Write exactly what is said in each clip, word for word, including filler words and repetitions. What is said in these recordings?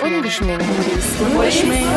Ungeschminkt. Ungeschminkt.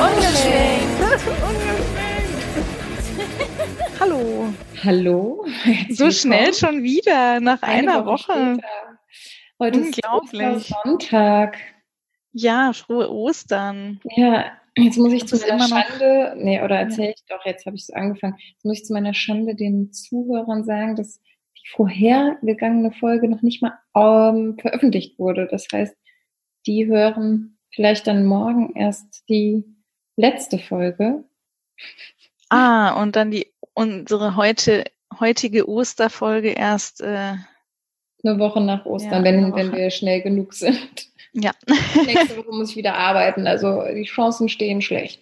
Ungeschminkt. Hallo. Hallo. So schnell schon wieder, nach Eine einer Woche. Woche. Heute Unglaublich. Ist Sonntag. Ja, frohe Ostern. Ja, jetzt muss ich zu meiner Schande, nee, oder erzähle ich doch, jetzt habe ich so angefangen, jetzt muss ich zu meiner Schande den Zuhörern sagen, dass die vorhergegangene Folge noch nicht mal ähm, veröffentlicht wurde. Das heißt, die hören vielleicht dann morgen erst die letzte Folge. Ah, und dann die unsere heute heutige Osterfolge erst äh, eine Woche nach Ostern, ja, wenn, wenn wir schnell genug sind. Ja. Nächste Woche muss ich wieder arbeiten, also die Chancen stehen schlecht.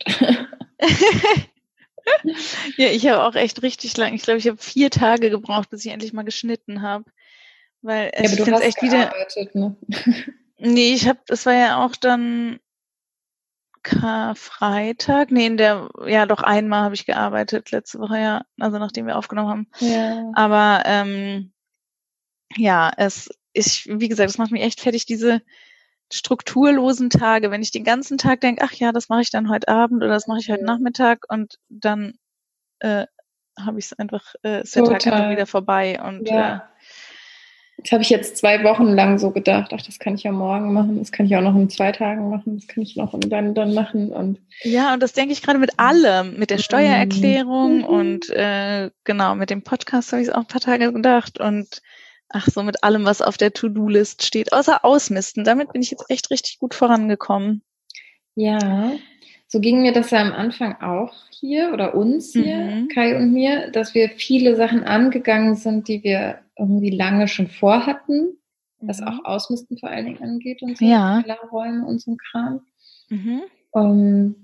Ja, ich habe auch echt richtig lang, ich glaube, ich habe vier Tage gebraucht, bis ich endlich mal geschnitten habe. Weil ja, aber du hast echt gearbeitet, wieder, ne? Nee, ich habe, das war ja auch dann Karfreitag. Nee, in der, ja doch einmal habe ich gearbeitet letzte Woche, ja, also nachdem wir aufgenommen haben. Ja. Aber ähm, ja, es ist, wie gesagt, es macht mich echt fertig, diese strukturlosen Tage, wenn ich den ganzen Tag denke, ach ja, das mache ich dann heute Abend oder das mache ich heute ja. Nachmittag und dann äh, habe ich es einfach, äh, ist der Tag einfach wieder vorbei und ja. äh, das habe ich jetzt zwei Wochen lang so gedacht, ach, das kann ich ja morgen machen, das kann ich auch noch in zwei Tagen machen, das kann ich noch und dann dann machen und ja, und das denke ich gerade mit allem, mit der Steuererklärung mhm. und äh, genau, mit dem Podcast habe ich es auch ein paar Tage gedacht und ach so, mit allem, was auf der To-Do-List steht, außer Ausmisten. Damit bin ich jetzt echt richtig gut vorangekommen. Ja, so ging mir das ja am Anfang auch hier oder uns hier, mhm. Kai und mir, dass wir viele Sachen angegangen sind, die wir irgendwie lange schon vorhatten, mhm. was auch Ausmisten vor allen Dingen angeht und so, ja. Räume und so ein Kram. Mhm. Um,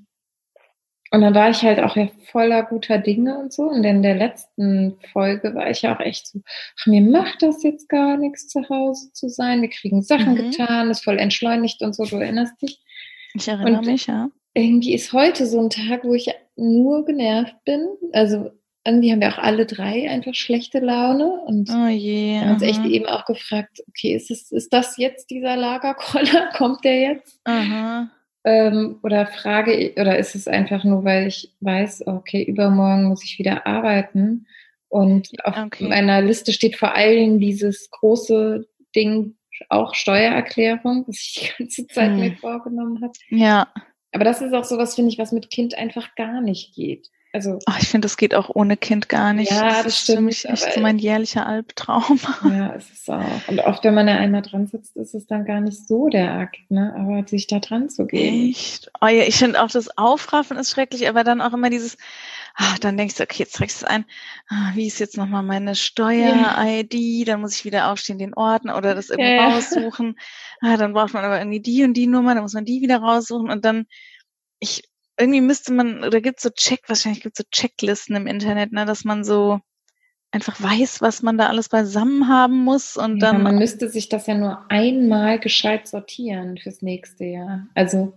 Und dann war ich halt auch ja voller guter Dinge und so. Und in der letzten Folge war ich ja auch echt so, ach, mir macht das jetzt gar nichts, zu Hause zu sein. Wir kriegen Sachen mhm. getan, ist voll entschleunigt und so, du erinnerst dich. Ich erinnere und mich, ja. Irgendwie ist heute so ein Tag, wo ich nur genervt bin. Also irgendwie haben wir auch alle drei einfach schlechte Laune. Und oh je, haben uns echt eben auch gefragt, okay, ist, es, ist das jetzt dieser Lagerkoller? Kommt der jetzt? Aha. Ähm, oder frage, oder ist es einfach nur, weil ich weiß, okay, übermorgen muss ich wieder arbeiten und auf okay. meiner Liste steht vor allem dieses große Ding, auch Steuererklärung, was ich die ganze Zeit hm. mir vorgenommen habe. Ja. Aber das ist auch sowas, finde ich, was mit Kind einfach gar nicht geht. Also, oh, ich finde, das geht auch ohne Kind gar nicht. Ja, das, das ist stimmt, für mich echt so mein jährlicher Albtraum. Ja, es ist auch. Und oft, wenn man da einmal dran sitzt, ist es dann gar nicht so der Akt, ne? Aber sich da dran zu gehen. Echt? Oh ja, ich finde auch das Aufraffen ist schrecklich, aber dann auch immer dieses, ah, dann denkst du, okay, jetzt trägst du es ein, ah, wie ist jetzt nochmal meine Steuer-I D? Dann muss ich wieder aufstehen, den Ordner oder das irgendwie ja, raussuchen. Ah, dann braucht man aber irgendwie die und die Nummer, dann muss man die wieder raussuchen und dann, ich, irgendwie müsste man, oder gibt's so Check, wahrscheinlich gibt's so Checklisten im Internet, ne, dass man so einfach weiß, was man da alles beisammen haben muss und ja, dann. Man müsste sich das ja nur einmal gescheit sortieren fürs nächste Jahr. Also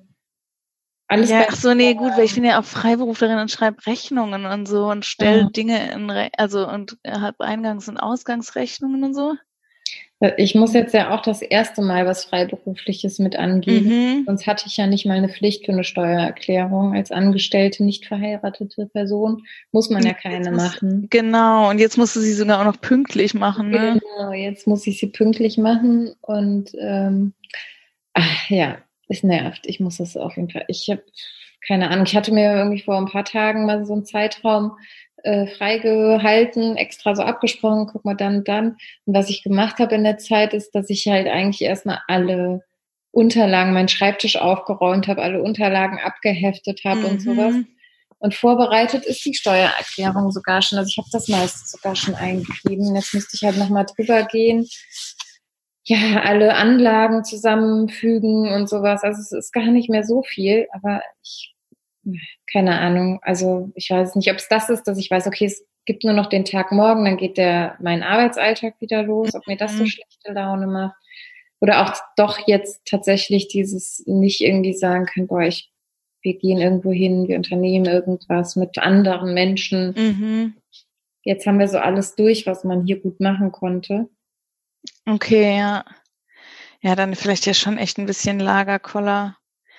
alles. Ja, ach so, nee, gut, weil ich bin ja auch Freiberuflerin und schreibe Rechnungen und so und stelle ja. Dinge in, Re- also und habe Eingangs- und Ausgangsrechnungen und so. Ich muss jetzt ja auch das erste Mal was Freiberufliches mit angeben. Mhm. Sonst hatte ich ja nicht mal eine Pflicht für eine Steuererklärung. Als angestellte, nicht verheiratete Person muss man ja keine muss, machen. Genau, und jetzt musst du sie sogar auch noch pünktlich machen, ne? Genau, jetzt muss ich sie pünktlich machen und ähm, ach, ja, es nervt. Ich muss das auf jeden Fall. Ich habe keine Ahnung. Ich hatte mir irgendwie vor ein paar Tagen mal so einen Zeitraum äh, freigehalten, extra so abgesprochen, guck mal dann und dann. Und was ich gemacht habe in der Zeit ist, dass ich halt eigentlich erstmal alle Unterlagen, meinen Schreibtisch aufgeräumt habe, alle Unterlagen abgeheftet habe mhm. und sowas. Und vorbereitet ist die Steuererklärung sogar schon. Also ich habe das meiste sogar schon eingegeben. Jetzt müsste ich halt nochmal drüber gehen. Ja, alle Anlagen zusammenfügen und sowas. Also es ist gar nicht mehr so viel, aber ich keine Ahnung, also ich weiß nicht, ob es das ist, dass ich weiß, okay, es gibt nur noch den Tag morgen, dann geht der mein Arbeitsalltag wieder los, ob mir das so schlechte Laune macht. Oder auch doch jetzt tatsächlich dieses nicht irgendwie sagen können, boah, ich, wir gehen irgendwo hin, wir unternehmen irgendwas mit anderen Menschen. Mhm. Jetzt haben wir so alles durch, was man hier gut machen konnte. Okay, ja. Ja, dann vielleicht ja schon echt ein bisschen Lagerkoller.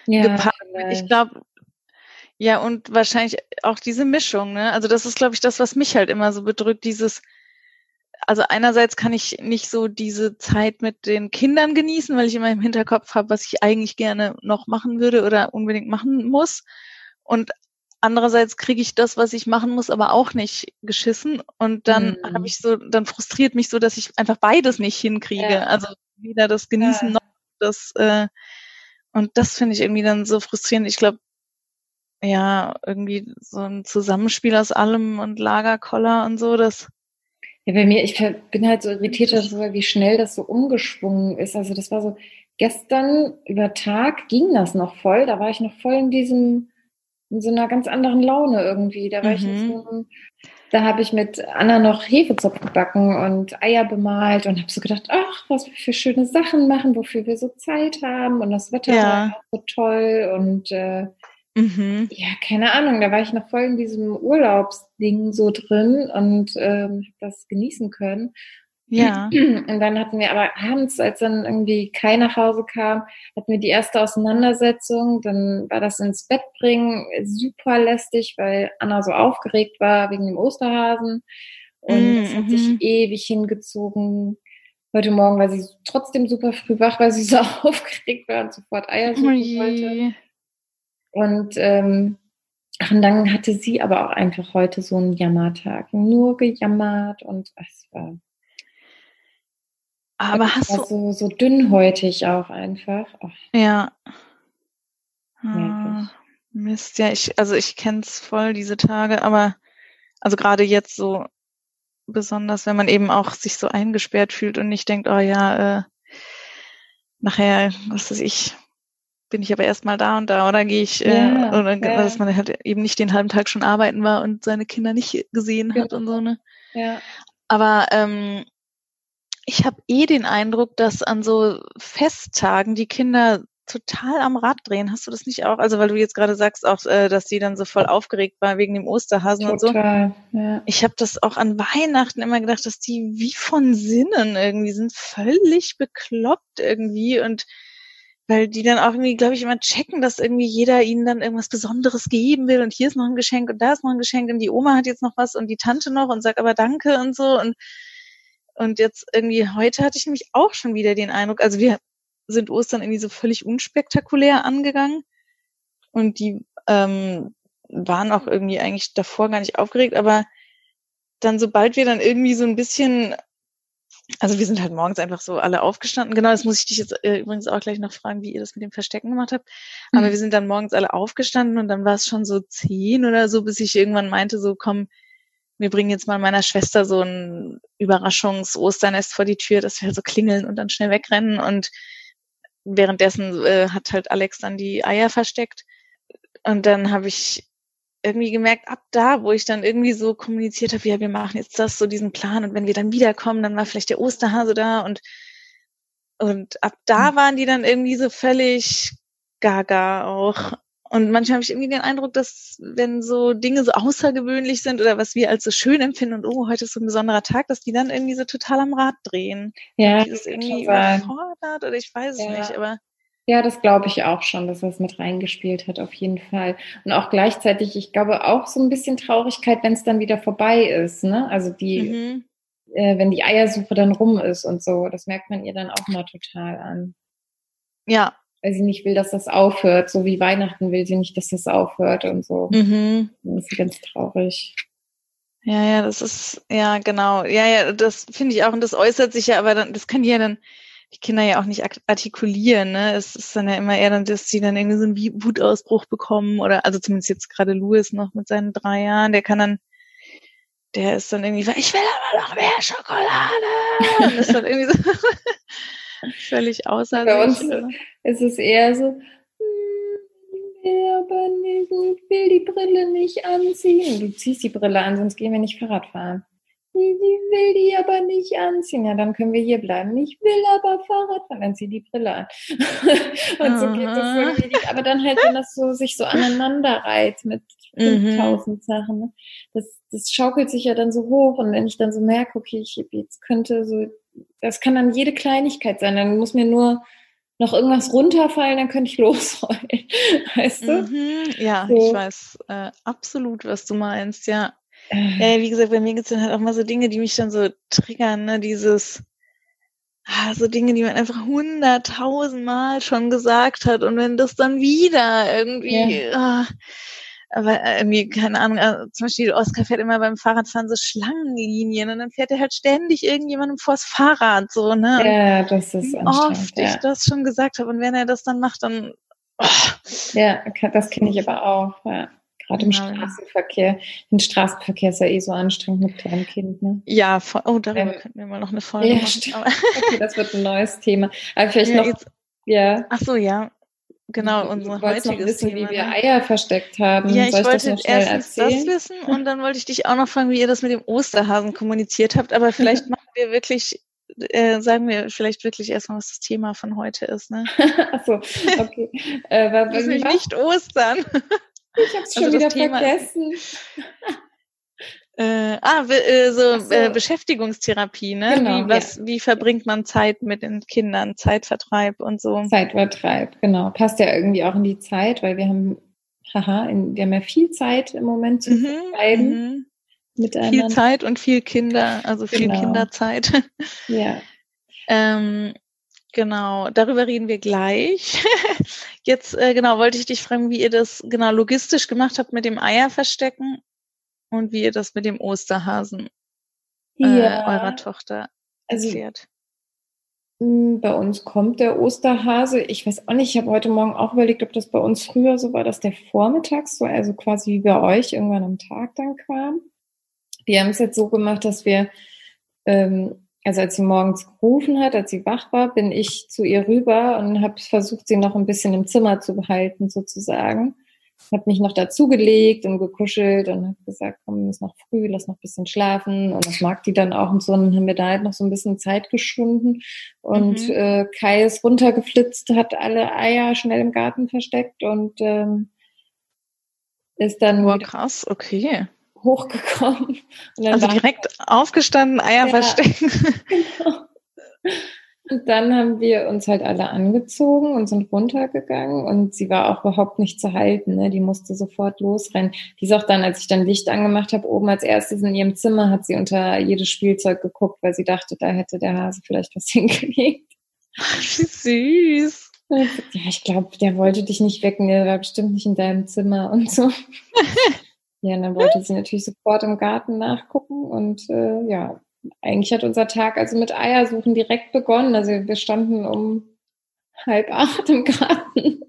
Ja, gepaart. Ich vielleicht. glaube, ja, und wahrscheinlich auch diese Mischung, ne? Also das ist, glaube ich, das, was mich halt immer so bedrückt, dieses, also einerseits kann ich nicht so diese Zeit mit den Kindern genießen, weil ich immer im Hinterkopf habe, was ich eigentlich gerne noch machen würde oder unbedingt machen muss. Und andererseits kriege ich das, was ich machen muss, aber auch nicht geschissen. Und dann habe Hm. ich so, dann frustriert mich so, dass ich einfach beides nicht hinkriege. Ja. Also weder das Genießen Ja. noch das, äh, und das finde ich irgendwie dann so frustrierend. Ich glaube, ja, irgendwie so ein Zusammenspiel aus allem und Lagerkoller und so, das Ja, bei mir, ich bin halt so irritiert ich, darüber, wie schnell das so umgeschwungen ist. Also das war so, gestern über Tag ging das noch voll, da war ich noch voll in diesem, in so einer ganz anderen Laune irgendwie. Da war ich in mhm. so einem, da habe ich mit Anna noch Hefezopf gebacken und Eier bemalt und habe so gedacht, ach, was wir für schöne Sachen machen, wofür wir so Zeit haben und das Wetter war Ja, ja auch so toll und äh, mhm. ja, keine Ahnung, da war ich noch voll in diesem Urlaubsding so drin und ähm, hab das genießen können. Ja, Und dann hatten wir aber abends, als dann irgendwie Kai nach Hause kam, hatten wir die erste Auseinandersetzung. Dann war das ins Bett bringen super lästig, weil Anna so aufgeregt war wegen dem Osterhasen. Und das hat sich mhm. ewig hingezogen. Heute Morgen war sie trotzdem super früh wach, weil sie so aufgeregt war und sofort Eier Oh suchen wollte. je. Und, ähm, und dann hatte sie aber auch einfach heute so einen Jammertag. Nur gejammert und es war, Aber es hast war du, so, so dünnhäutig auch einfach. Ach, ja, ah, nervig. Mist, ja, ich, also ich kenn's voll, diese Tage, aber, also gerade jetzt so, besonders, wenn man eben auch sich so eingesperrt fühlt und nicht denkt, oh ja, äh, nachher, was weiß ich, bin ich aber erstmal da und da oder gehe ich, äh, Ja, oder dass ja, man halt eben nicht den halben Tag schon arbeiten war und seine Kinder nicht gesehen hat und so, genau. ne? Ja. Aber ähm, ich habe eh den Eindruck, dass an so Festtagen die Kinder total am Rad drehen. Hast du das nicht auch? Also weil du jetzt gerade sagst auch, äh, dass die dann so voll aufgeregt war wegen dem Osterhasen und so. Total, ja. Ich habe das auch an Weihnachten immer gedacht, dass die wie von Sinnen irgendwie sind, völlig bekloppt irgendwie und weil die dann auch irgendwie, glaube ich, immer checken, dass irgendwie jeder ihnen dann irgendwas Besonderes geben will und hier ist noch ein Geschenk und da ist noch ein Geschenk und die Oma hat jetzt noch was und die Tante noch und sagt aber danke und so und und jetzt irgendwie heute hatte ich nämlich auch schon wieder den Eindruck, also wir sind Ostern irgendwie so völlig unspektakulär angegangen und die ähm, waren auch irgendwie eigentlich davor gar nicht aufgeregt, aber dann sobald wir dann irgendwie so ein bisschen, also wir sind halt morgens einfach so alle aufgestanden. Genau, das muss ich dich jetzt äh, übrigens auch gleich noch fragen, wie ihr das mit dem Verstecken gemacht habt. Aber wir sind dann morgens alle aufgestanden und dann war es schon so zehn oder so, bis ich irgendwann meinte, so komm, wir bringen jetzt mal meiner Schwester so ein Überraschungs-Osternest vor die Tür, dass wir halt so klingeln und dann schnell wegrennen. Und währenddessen äh, hat halt Alex dann die Eier versteckt. Und dann habe ich irgendwie gemerkt, ab da, wo ich dann irgendwie so kommuniziert habe, ja, wir machen jetzt das, so diesen Plan und wenn wir dann wiederkommen, dann war vielleicht der Osterhase da und und ab da waren die dann irgendwie so völlig gaga auch. Und manchmal habe ich irgendwie den Eindruck, dass wenn so Dinge so außergewöhnlich sind oder was wir als so schön empfinden und oh, heute ist so ein besonderer Tag, dass die dann irgendwie so total am Rad drehen und Ja, die das das kann irgendwie schon sein. überfordert oder ich weiß es nicht, Ja. aber Ja, das glaube ich auch schon, dass das mit reingespielt hat, auf jeden Fall. Und auch gleichzeitig, ich glaube auch so ein bisschen Traurigkeit, wenn es dann wieder vorbei ist, ne? Also die, mhm. äh, wenn die Eiersuche dann rum ist und so, das merkt man ihr dann auch mal total an. Ja. Weil sie nicht will, dass das aufhört, so wie Weihnachten will sie nicht, dass das aufhört und so. Mhm. Dann ist sie ganz traurig. Ja, ja, das ist, ja, genau. Ja, ja, das finde ich auch. Und das äußert sich ja, aber dann, das kann ja dann die Kinder ja auch nicht artikulieren, ne? Es ist dann ja immer eher dann, dass sie dann irgendwie so einen Wutausbruch bekommen oder, also zumindest jetzt gerade Louis noch mit seinen drei Jahren, der kann dann, der ist dann irgendwie, ich will aber noch mehr Schokolade! Und ist dann irgendwie so völlig außer Bei sich. uns Oder? ist es eher so, hm, ich will aber nicht, ich will die Brille nicht anziehen. Du ziehst die Brille an, sonst gehen wir nicht Fahrrad fahren. Ich will die aber nicht anziehen. Ja, dann können wir hier bleiben. Ich will aber Fahrrad fahren. Dann zieh die Brille an. Und so geht das Aha. irgendwie. Aber dann halt, wenn das so sich so aneinander reiht mit Mhm. fünftausend Sachen, ne? das, das schaukelt sich ja dann so hoch. Und wenn ich dann so merke, okay, ich jetzt könnte so, das kann dann jede Kleinigkeit sein. Dann muss mir nur noch irgendwas runterfallen, dann könnte ich losrollen. Weißt du? Mhm, ja, So. ich weiß äh, absolut, was du meinst, ja. Ja, ja, wie gesagt, bei mir gibt es dann halt auch mal so Dinge, die mich dann so triggern, ne, dieses, ah, so Dinge, die man einfach hunderttausendmal schon gesagt hat und wenn das dann wieder irgendwie, Ja. ah, aber irgendwie, keine Ahnung, also zum Beispiel Oskar fährt immer beim Fahrradfahren so Schlangenlinien und dann fährt er halt ständig irgendjemandem vors Fahrrad, so, ne, und Ja, das ist wie anstrengend, oft ich ja. das schon gesagt habe und wenn er das dann macht, dann, oh. Ja, das kenne ich aber auch, ja. Gerade im Ja, ja. Straßenverkehr. Im Straßenverkehr ist ja eh so anstrengend mit kleinem Kind, ne? Ja, voll, oh, darüber Ähm, könnten wir mal noch eine Folge Ja, machen. stimmt. Aber Okay, das wird ein neues Thema. Aber vielleicht ja, noch, jetzt, ja, ach so, ja, genau, du unser wolltest noch heutiges wissen, Thema, wie wir ne? Eier versteckt haben. Ja, Soll ich ich das wollte noch schnell erstens das erzählen? wissen und dann wollte ich dich auch noch fragen, wie ihr das mit dem Osterhasen kommuniziert habt, aber vielleicht machen wir wirklich, äh, sagen wir vielleicht wirklich erstmal, was das Thema von heute ist, ne? Ach so, okay. Äh, war, Das ist wie nämlich war's? nicht Ostern. Ich hab's schon Also das wieder Thema ist, vergessen. äh, ah, be- äh, so, Ach so. äh, Beschäftigungstherapie, ne? Genau, Wie, was, wie verbringt man Zeit mit den Kindern, Zeitvertreib und so. Zeitvertreib, genau. Passt ja irgendwie auch in die Zeit, weil wir haben, haha, in, wir haben ja viel Zeit im Moment zu Mhm, vertreiben mhm. miteinander. Viel Zeit und viel Kinder, also viel Genau. Kinderzeit. Ja. ähm, genau, darüber reden wir gleich. Jetzt, äh, genau, wollte ich dich fragen, wie ihr das genau logistisch gemacht habt mit dem Eierverstecken und wie ihr das mit dem Osterhasen äh, Ja, eurer Tochter also erklärt. mh, bei uns kommt der Osterhase. Ich weiß auch nicht, ich habe heute Morgen auch überlegt, ob das bei uns früher so war, dass der vormittags so, also quasi wie bei euch, irgendwann am Tag dann kam. Wir haben es jetzt so gemacht, dass wir, ähm, also als sie morgens gerufen hat, als sie wach war, bin ich zu ihr rüber und habe versucht, sie noch ein bisschen im Zimmer zu behalten sozusagen. Habe mich noch dazugelegt und gekuschelt und habe gesagt, komm, ist noch früh, lass noch ein bisschen schlafen. Und das mag die dann auch und so. Und dann haben wir da halt noch so ein bisschen Zeit geschunden. Und Mhm. äh, Kai ist runtergeflitzt, hat alle Eier schnell im Garten versteckt und ähm, ist dann Boah, wieder krass, okay. hochgekommen. Und dann Also war direkt aufgestanden, Eier Ja. verstecken. Genau. Und dann haben wir uns halt alle angezogen und sind runtergegangen und sie war auch überhaupt nicht zu halten, ne? Die musste sofort losrennen. Die ist auch dann, als ich dann Licht angemacht habe, oben als erstes in ihrem Zimmer, hat sie unter jedes Spielzeug geguckt, weil sie dachte, da hätte der Hase vielleicht was hingelegt. Wie süß. Ja, ich glaube, der wollte dich nicht wecken, der war bestimmt nicht in deinem Zimmer und so. Ja, und dann wollte sie natürlich sofort im Garten nachgucken und äh, ja, eigentlich hat unser Tag also mit Eiersuchen direkt begonnen. Also wir standen um halb acht im Garten.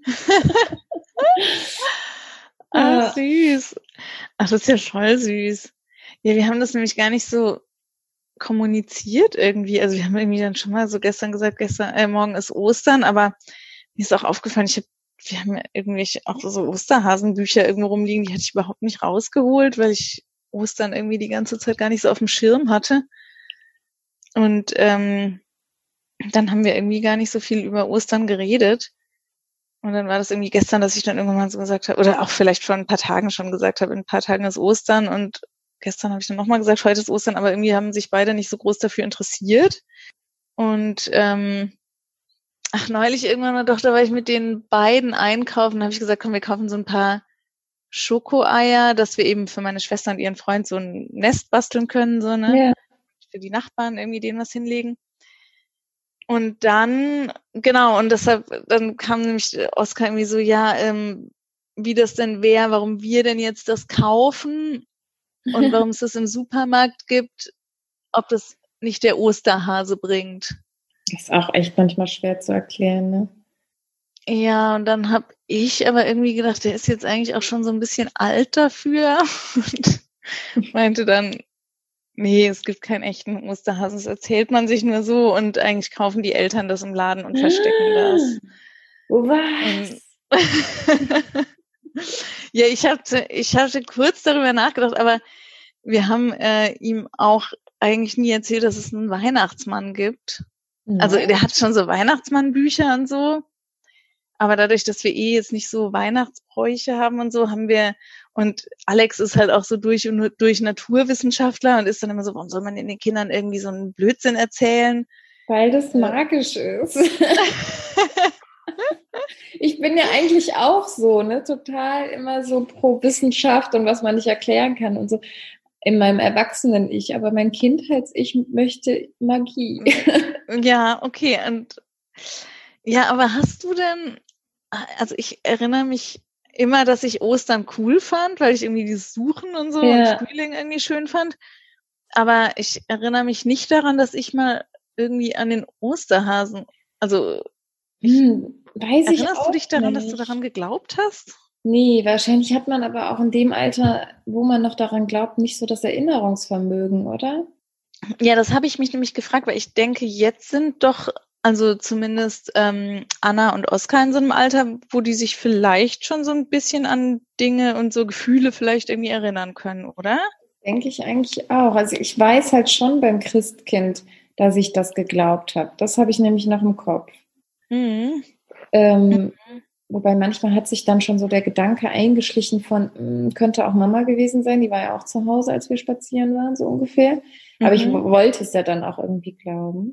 Ah, süß. Ach, das ist ja voll süß. Ja, wir haben das nämlich gar nicht so kommuniziert irgendwie. Also wir haben irgendwie dann schon mal so gestern gesagt, gestern, äh, morgen ist Ostern, aber mir ist auch aufgefallen, ich hab, wir haben ja irgendwie auch so Osterhasenbücher irgendwo rumliegen, die hatte ich überhaupt nicht rausgeholt, weil ich Ostern irgendwie die ganze Zeit gar nicht so auf dem Schirm hatte. Und ähm, dann haben wir irgendwie gar nicht so viel über Ostern geredet. Und dann war das irgendwie gestern, dass ich dann irgendwann mal so gesagt habe, oder auch vielleicht vor ein paar Tagen schon gesagt habe, in ein paar Tagen ist Ostern. Und gestern habe ich dann nochmal gesagt, heute ist Ostern, aber irgendwie haben sich beide nicht so groß dafür interessiert. Und ähm, ach, neulich irgendwann mal doch, da war ich mit den beiden einkaufen, da habe ich gesagt, komm, wir kaufen so ein paar Schokoeier, dass wir eben für meine Schwester und ihren Freund so ein Nest basteln können, so, ne? Ja. Für die Nachbarn irgendwie denen was hinlegen. Und dann, genau, und deshalb, dann kam nämlich Oskar irgendwie so, ja, ähm, wie das denn wäre, warum wir denn jetzt das kaufen und warum es das im Supermarkt gibt, ob das nicht der Osterhase bringt. Das ist auch echt manchmal schwer zu erklären, ne? Ja, und dann habe ich aber irgendwie gedacht, der ist jetzt eigentlich auch schon so ein bisschen alt dafür und meinte dann, nee, es gibt keinen echten Osterhasen, das erzählt man sich nur so und eigentlich kaufen die Eltern das im Laden und verstecken das. Was? Und ja, ich hatte, ich hatte kurz darüber nachgedacht, aber wir haben äh, ihm auch eigentlich nie erzählt, dass es einen Weihnachtsmann gibt. Nein. Also der hat schon so Weihnachtsmannbücher und so, aber dadurch, dass wir eh jetzt nicht so Weihnachtsbräuche haben und so, haben wir, und Alex ist halt auch so durch und durch Naturwissenschaftler und ist dann immer so, warum soll man den Kindern irgendwie so einen Blödsinn erzählen? Weil das magisch ist. Ich bin ja eigentlich auch so, ne, total immer so pro Wissenschaft und was man nicht erklären kann und so in meinem Erwachsenen-Ich, aber mein Kindheits-Ich möchte Magie. Ja, okay. Und ja, aber hast du denn, also ich erinnere mich immer, dass ich Ostern cool fand, weil ich irgendwie dieses Suchen und so Ja. und Frühling irgendwie schön fand. Aber ich erinnere mich nicht daran, dass ich mal irgendwie an den Osterhasen, also hm, weiß ich erinnerst auch du dich daran, nicht. dass du daran geglaubt hast? Nee, wahrscheinlich hat man aber auch in dem Alter, wo man noch daran glaubt, nicht so das Erinnerungsvermögen, oder? Ja, das habe ich mich nämlich gefragt, weil ich denke, jetzt sind doch, also zumindest ähm, Anna und Oskar in so einem Alter, wo die sich vielleicht schon so ein bisschen an Dinge und so Gefühle vielleicht irgendwie erinnern können, oder? Denke ich eigentlich auch. Also ich weiß halt schon beim Christkind, dass ich das geglaubt habe. Das habe ich nämlich noch im Kopf. Mhm. Ähm, mhm. Wobei manchmal hat sich dann schon so der Gedanke eingeschlichen von, mh, könnte auch Mama gewesen sein. Die war ja auch zu Hause, als wir spazieren waren, so ungefähr. Aber mhm. ich wollte es ja dann auch irgendwie glauben.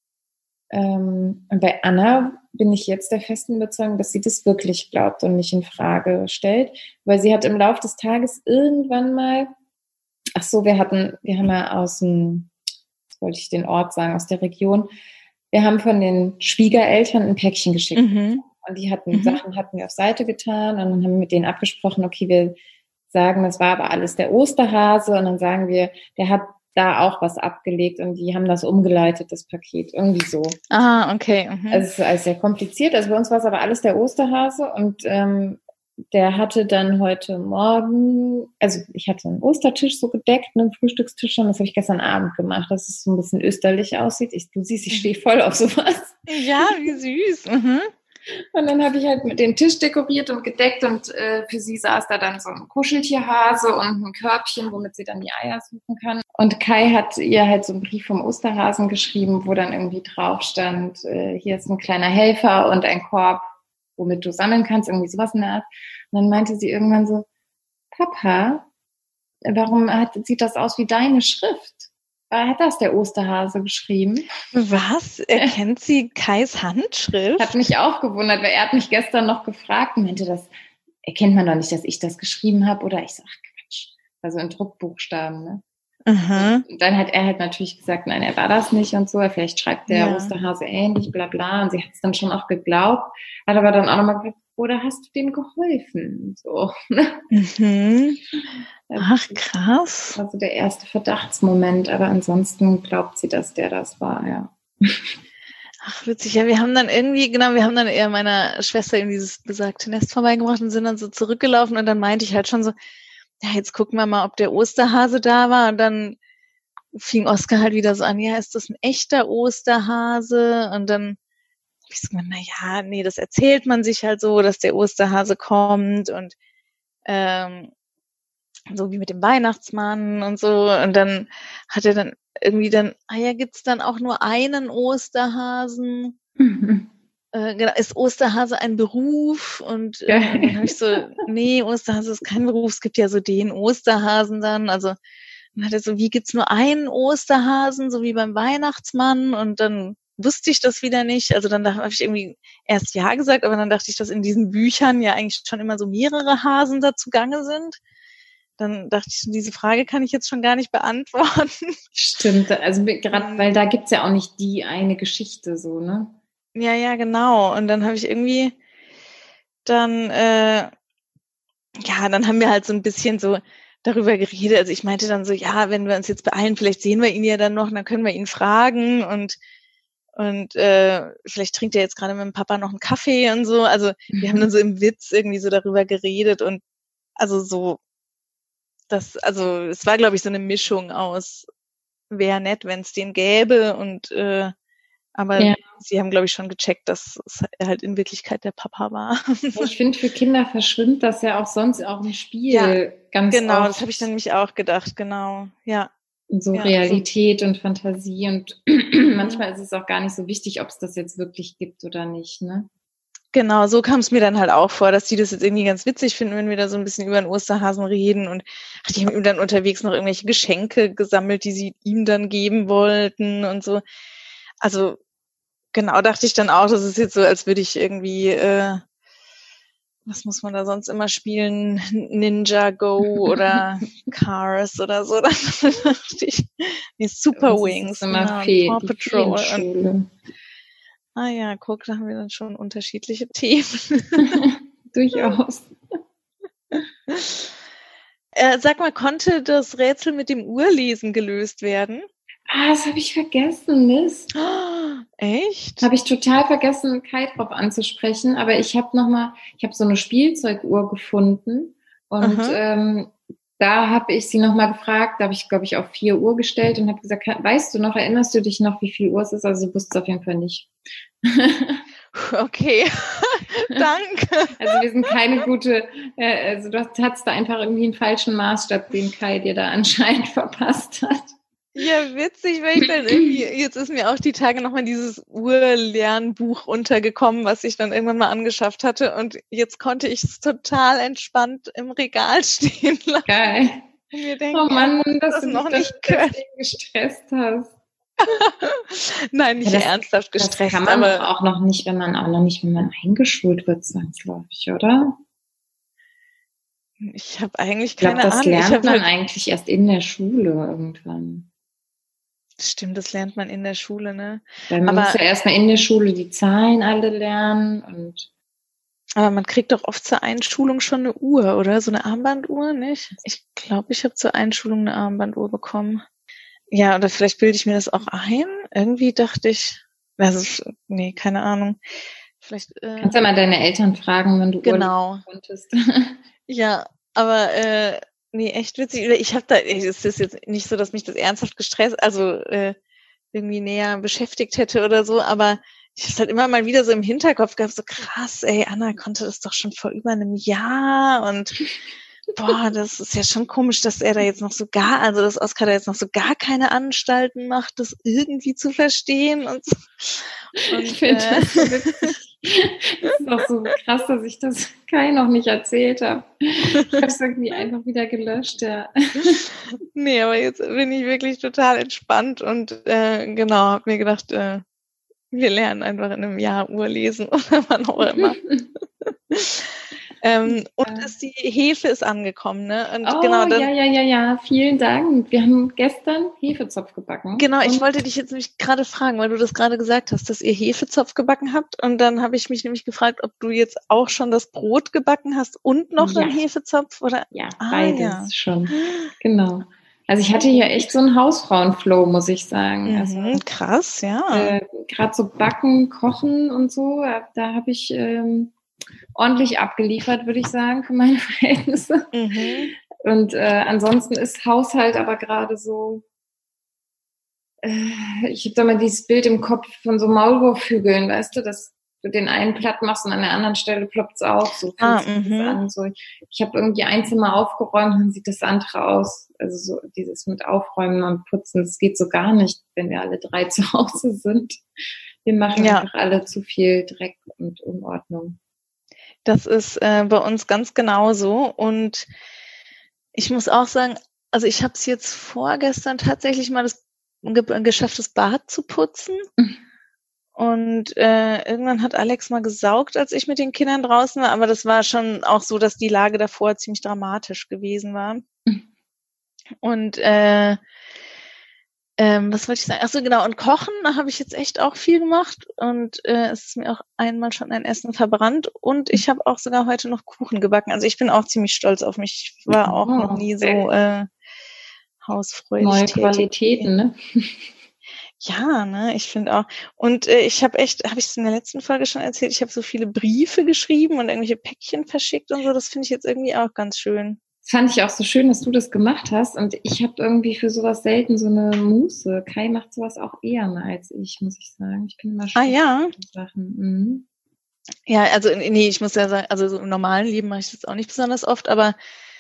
Ähm, und bei Anna bin ich jetzt der festen Überzeugung, dass sie das wirklich glaubt und nicht in Frage stellt. Weil sie hat im Laufe des Tages irgendwann mal, ach so, wir hatten, wir haben ja aus dem, jetzt wollte ich den Ort sagen, aus der Region, wir haben von den Schwiegereltern ein Päckchen geschickt. Mhm. Und die hatten, mhm. Sachen hatten wir auf Seite getan und dann haben wir mit denen abgesprochen, okay, wir sagen, das war aber alles der Osterhase und dann sagen wir, der hat da auch was abgelegt und die haben das umgeleitet, das Paket, irgendwie so. Ah, okay. Mhm. Also es ist alles sehr kompliziert, also bei uns war es aber alles der Osterhase und ähm, der hatte dann heute Morgen, also ich hatte einen Ostertisch so gedeckt, einen Frühstückstisch schon, das habe ich gestern Abend gemacht, dass es so ein bisschen österlich aussieht. Ich, du siehst, ich stehe voll auf sowas. Ja, wie süß. Mhm. Und dann habe ich halt mit den Tisch dekoriert und gedeckt und äh, für sie saß da dann so ein Kuscheltierhase und ein Körbchen, womit sie dann die Eier suchen kann. Und Kai hat ihr halt so einen Brief vom Osterhasen geschrieben, wo dann irgendwie drauf stand, äh, hier ist ein kleiner Helfer und ein Korb, womit du sammeln kannst, irgendwie sowas in der Art. Und dann meinte sie irgendwann so, Papa, warum hat, sieht das aus wie deine Schrift? Hat das der Osterhase geschrieben? Was? Erkennt sie Kais Handschrift? Hat mich auch gewundert, weil er hat mich gestern noch gefragt und meinte, das erkennt man doch nicht, dass ich das geschrieben habe. Oder ich sag, Quatsch, also in Druckbuchstaben, ne? Mhm. Und dann hat er halt natürlich gesagt, nein, er war das nicht und so. Vielleicht schreibt der ja. Osterhase ähnlich, bla bla. Und sie hat es dann schon auch geglaubt, hat aber dann auch nochmal gesagt, oder hast du dem geholfen? So. Mhm. Ach, krass. Das war so der erste Verdachtsmoment, aber ansonsten glaubt sie, dass der das war, ja. Ach, witzig. Ja, wir haben dann irgendwie, genau, wir haben dann eher meiner Schwester in dieses besagte Nest vorbeigebracht und sind dann so zurückgelaufen und dann meinte ich halt schon so, ja, jetzt gucken wir mal, ob der Osterhase da war und dann fing Oskar halt wieder so an, ja, ist das ein echter Osterhase? Und dann habe ich so gemeint, na ja, nee, das erzählt man sich halt so, dass der Osterhase kommt und ähm, so wie mit dem Weihnachtsmann und so. Und dann hat er dann irgendwie dann, ah ja, gibt's dann auch nur einen Osterhasen? Mhm. Äh, genau, ist Osterhase ein Beruf? Und äh, dann habe ich so, nee, Osterhase ist kein Beruf, es gibt ja so den Osterhasen dann. Also dann hat er so, wie gibt's nur einen Osterhasen, so wie beim Weihnachtsmann? Und dann wusste ich das wieder nicht. Also dann habe ich irgendwie erst ja gesagt, aber dann dachte ich, dass in diesen Büchern ja eigentlich schon immer so mehrere Hasen da zugange sind. Dann dachte ich, diese Frage kann ich jetzt schon gar nicht beantworten. Stimmt, also gerade, weil da gibt's ja auch nicht die eine Geschichte so, ne? Ja, ja, genau. Und dann habe ich irgendwie dann, äh, ja, dann haben wir halt so ein bisschen so darüber geredet. Also ich meinte dann so, ja, wenn wir uns jetzt beeilen, vielleicht sehen wir ihn ja dann noch, dann können wir ihn fragen und und äh, vielleicht trinkt er jetzt gerade mit dem Papa noch einen Kaffee und so. Also wir haben dann so im Witz irgendwie so darüber geredet und also so das, also es war, glaube ich, so eine Mischung aus, wäre nett, wenn es den gäbe und äh, aber ja. Sie haben, glaube ich, schon gecheckt, dass es halt in Wirklichkeit der Papa war. Ich finde, für Kinder verschwimmt das ja auch sonst auch im Spiel ja, ganz genau, oft. Das habe ich dann nämlich auch gedacht, genau, ja. Und so ja, Realität so. Und Fantasie und manchmal ist es auch gar nicht so wichtig, ob es das jetzt wirklich gibt oder nicht, ne? Genau, so kam es mir dann halt auch vor, dass die das jetzt irgendwie ganz witzig finden, wenn wir da so ein bisschen über den Osterhasen reden und ach, die haben ihm dann unterwegs noch irgendwelche Geschenke gesammelt, die sie ihm dann geben wollten und so. Also genau, dachte ich dann auch, das ist jetzt so, als würde ich irgendwie, äh, was muss man da sonst immer spielen? Ninja Go oder Cars oder so. Dann dachte ich, nee, Super Wings, immer genau, Paw Patrol. Und, ah ja, guck, da haben wir dann schon unterschiedliche Themen. Durchaus. Äh, sag mal, konnte das Rätsel mit dem Urlesen gelöst werden? Ah, das habe ich vergessen, Mist. Oh, echt? Habe ich total vergessen, Kai drauf anzusprechen, aber ich habe nochmal, ich habe so eine Spielzeuguhr gefunden und ähm, da habe ich sie nochmal gefragt, da habe ich, glaube ich, auf vier Uhr gestellt und habe gesagt, weißt du noch, erinnerst du dich noch, wie viel Uhr es ist? Also sie wusste es auf jeden Fall nicht. Okay, danke. Also wir sind keine gute, äh, also du hattest da einfach irgendwie einen falschen Maßstab, den Kai dir da anscheinend verpasst hat. Ja, witzig, weil ich dann irgendwie, jetzt ist mir auch die Tage nochmal dieses Urlernbuch untergekommen, was ich dann irgendwann mal angeschafft hatte und jetzt konnte ich es total entspannt im Regal stehen lassen. Geil. Und mir denken, oh Mann, oh, dass das du noch dich nicht können. gestresst hast. Nein, nicht ja, das, ernsthaft gestresst. Das kann man aber auch noch nicht, wenn man auch noch nicht, wenn man eingeschult wird, zwangsläufig, oder? Ich habe eigentlich ich glaub, keine das Ahnung. Das lernt ich man halt, eigentlich erst in der Schule irgendwann. Stimmt, das lernt man in der Schule, ne? Weil man aber, muss ja erstmal in der Schule die Zahlen alle lernen und aber man kriegt doch oft zur Einschulung schon eine Uhr, oder? So eine Armbanduhr, nicht? Ich glaube, ich habe zur Einschulung eine Armbanduhr bekommen. Ja, oder vielleicht bilde ich mir das auch ein. Irgendwie dachte ich, also, nee, keine Ahnung. Vielleicht, äh, kannst ja mal deine Eltern fragen, wenn du genau. konntest. Ja, aber äh, nee, echt witzig. Ich habe da, es ist jetzt nicht so, dass mich das ernsthaft gestresst, also äh, irgendwie näher beschäftigt hätte oder so, aber ich habe halt immer mal wieder so im Hinterkopf gehabt, so krass, ey, Anna konnte das doch schon vor über einem Jahr und boah, das ist ja schon komisch, dass er da jetzt noch so gar, also dass Oskar da jetzt noch so gar keine Anstalten macht, das irgendwie zu verstehen und so. Und, ich finde äh, das so witzig. Das ist auch so krass, dass ich das Kai noch nicht erzählt habe. Ich habe es irgendwie einfach wieder gelöscht, ja. Nee, aber jetzt bin ich wirklich total entspannt und äh, genau, habe mir gedacht, äh, wir lernen einfach in einem Jahr Urlesen oder wann auch immer. ähm, und ja. ist die Hefe ist angekommen, ne? Und oh, genau, dann, ja, ja, ja, ja, vielen Dank. Wir haben gestern Hefezopf gebacken. Genau, ich wollte dich jetzt nämlich gerade fragen, weil du das gerade gesagt hast, dass ihr Hefezopf gebacken habt. Und dann habe ich mich nämlich gefragt, ob du jetzt auch schon das Brot gebacken hast und noch ja. einen Hefezopf oder? Ja, ah, beides ja. schon. Genau. Also ich hatte hier echt so einen Hausfrauenflow, muss ich sagen. Mhm, also, krass, ja. Äh, Gerade so Backen, Kochen und so, da habe ich ähm, ordentlich abgeliefert, würde ich sagen, für meine Verhältnisse. Mhm. Und äh, ansonsten ist Haushalt aber gerade so, äh, ich habe da mal dieses Bild im Kopf von so Maulwurfhügeln, weißt du, dass du den einen platt machst und an der anderen Stelle ploppt es auf. So fühlt ah, sich das an. So, ich habe irgendwie ein Zimmer aufgeräumt, dann sieht das andere aus. Also so dieses mit Aufräumen und Putzen, das geht so gar nicht, wenn wir alle drei zu Hause sind. Wir machen ja. einfach alle zu viel Dreck und Unordnung. Das ist äh, bei uns ganz genauso. Und ich muss auch sagen, also ich habe es jetzt vorgestern tatsächlich mal das ge- geschafft, das Bad zu putzen. Mhm. Und äh, irgendwann hat Alex mal gesaugt, als ich mit den Kindern draußen war. Aber das war schon auch so, dass die Lage davor ziemlich dramatisch gewesen war. Mhm. Und äh, Ähm, was wollte ich sagen? Ach so, genau. Und Kochen, da habe ich jetzt echt auch viel gemacht. Und äh, es ist mir auch einmal schon ein Essen verbrannt. Und ich habe auch sogar heute noch Kuchen gebacken. Also ich bin auch ziemlich stolz auf mich. Ich war auch oh, noch nie so äh, hausfreudig. Neue Qualitäten, ne? Ja, ne, ich finde auch. Und äh, ich habe echt, habe ich es in der letzten Folge schon erzählt, ich habe so viele Briefe geschrieben und irgendwelche Päckchen verschickt und so. Das finde ich jetzt irgendwie auch ganz schön. Das fand ich auch so schön, dass du das gemacht hast. Und ich habe irgendwie für sowas selten so eine Muße. Kai macht sowas auch eher mal als ich, muss ich sagen. Ich bin immer ah, ja. Sachen. Mhm. Ja, also nee, ich muss ja sagen, also so im normalen Leben mache ich das auch nicht besonders oft, aber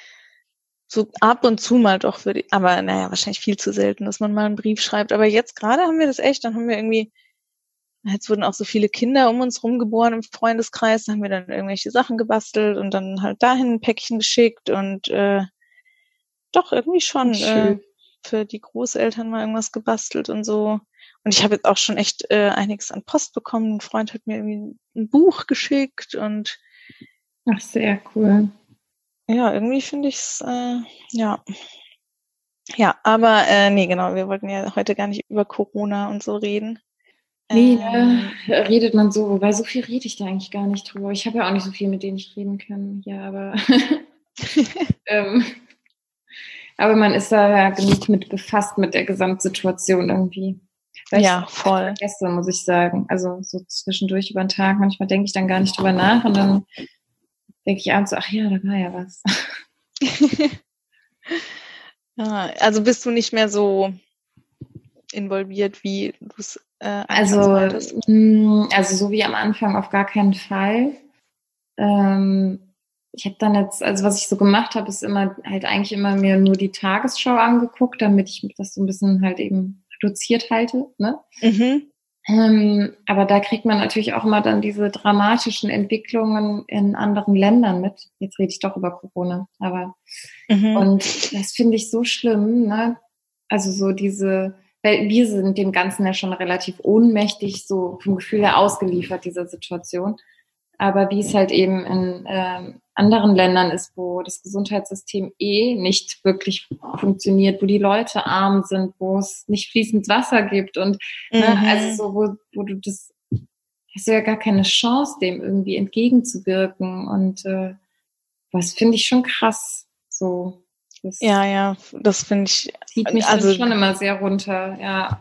so ab und zu mal doch würde ich, aber naja, wahrscheinlich viel zu selten, dass man mal einen Brief schreibt. Aber jetzt gerade haben wir das echt, dann haben wir irgendwie, jetzt wurden auch so viele Kinder um uns rum geboren im Freundeskreis, dann haben wir dann irgendwelche Sachen gebastelt und dann halt dahin ein Päckchen geschickt und äh, doch irgendwie schon äh, für die Großeltern mal irgendwas gebastelt und so. Und ich habe jetzt auch schon echt äh, einiges an Post bekommen. Ein Freund hat mir irgendwie ein Buch geschickt und Ach, sehr cool. Ja, irgendwie finde ich es, äh, ja. Ja, aber äh, nee, genau, wir wollten ja heute gar nicht über Corona und so reden. Nee, Ähm, ja, redet man so, wobei so viel rede ich da eigentlich gar nicht drüber. Ich habe ja auch nicht so viel, mit denen ich reden kann. Ja, aber, ähm, aber man ist da ja genug mit befasst mit der Gesamtsituation irgendwie. Weil ich ja, voll. vergesse, muss ich sagen. Also so zwischendurch über den Tag, manchmal denke ich dann gar nicht drüber nach und dann denke ich abends so, ach ja, da war ja was. Ja, also bist du nicht mehr so involviert, wie du es äh, Also, mh, also so wie am Anfang auf gar keinen Fall. Ähm, ich habe dann jetzt, also was ich so gemacht habe, ist immer halt eigentlich immer mir nur die Tagesschau angeguckt, damit ich das so ein bisschen halt eben reduziert halte. Ne? Mhm. Ähm, aber da kriegt man natürlich auch immer dann diese dramatischen Entwicklungen in anderen Ländern mit. Jetzt rede ich doch über Corona, aber Mhm. und das finde ich so schlimm, ne? Also so diese, weil wir sind dem Ganzen ja schon relativ ohnmächtig, so vom Gefühl her ausgeliefert, dieser Situation. Aber wie es halt eben in ähm, anderen Ländern ist, wo das Gesundheitssystem eh nicht wirklich funktioniert, wo die Leute arm sind, wo es nicht fließend Wasser gibt und Mhm. ne, also so, wo, wo du das, hast du ja gar keine Chance, dem irgendwie entgegenzuwirken. Und äh, was finde ich schon krass. So, das Ja, ja, das finde ich, zieht mich also dann schon immer sehr runter, ja.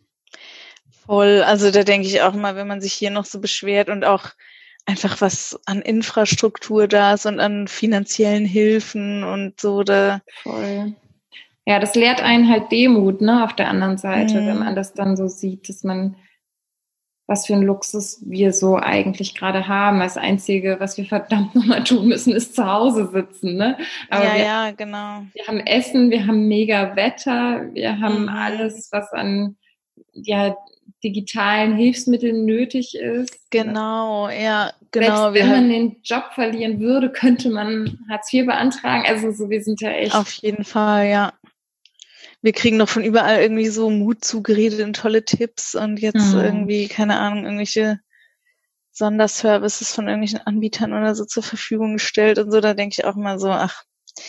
voll. Also da denke ich auch mal, wenn man sich hier noch so beschwert und auch einfach was an Infrastruktur da ist und an finanziellen Hilfen und so, da. Voll. Ja, das lehrt einen halt Demut, ne, auf der anderen Seite, Mhm. wenn man das dann so sieht, dass man, was für ein Luxus wir so eigentlich gerade haben. Das Einzige, was wir verdammt nochmal tun müssen, ist zu Hause sitzen, ne? Aber ja, wir, ja, genau. wir haben Essen, wir haben mega Wetter, wir haben Mhm. alles, was an, ja, digitalen Hilfsmitteln nötig ist. Genau, ja, Selbst genau. wenn Wir man haben den Job verlieren würde, könnte man Hartz vier beantragen. Also so, wir sind ja echt. auf jeden Fall, ja. Wir kriegen noch von überall irgendwie so Mut zugeredet und tolle Tipps und jetzt Hm. irgendwie, keine Ahnung, irgendwelche Sonderservices von irgendwelchen Anbietern oder so zur Verfügung gestellt und so. Da denke ich auch mal so, ach,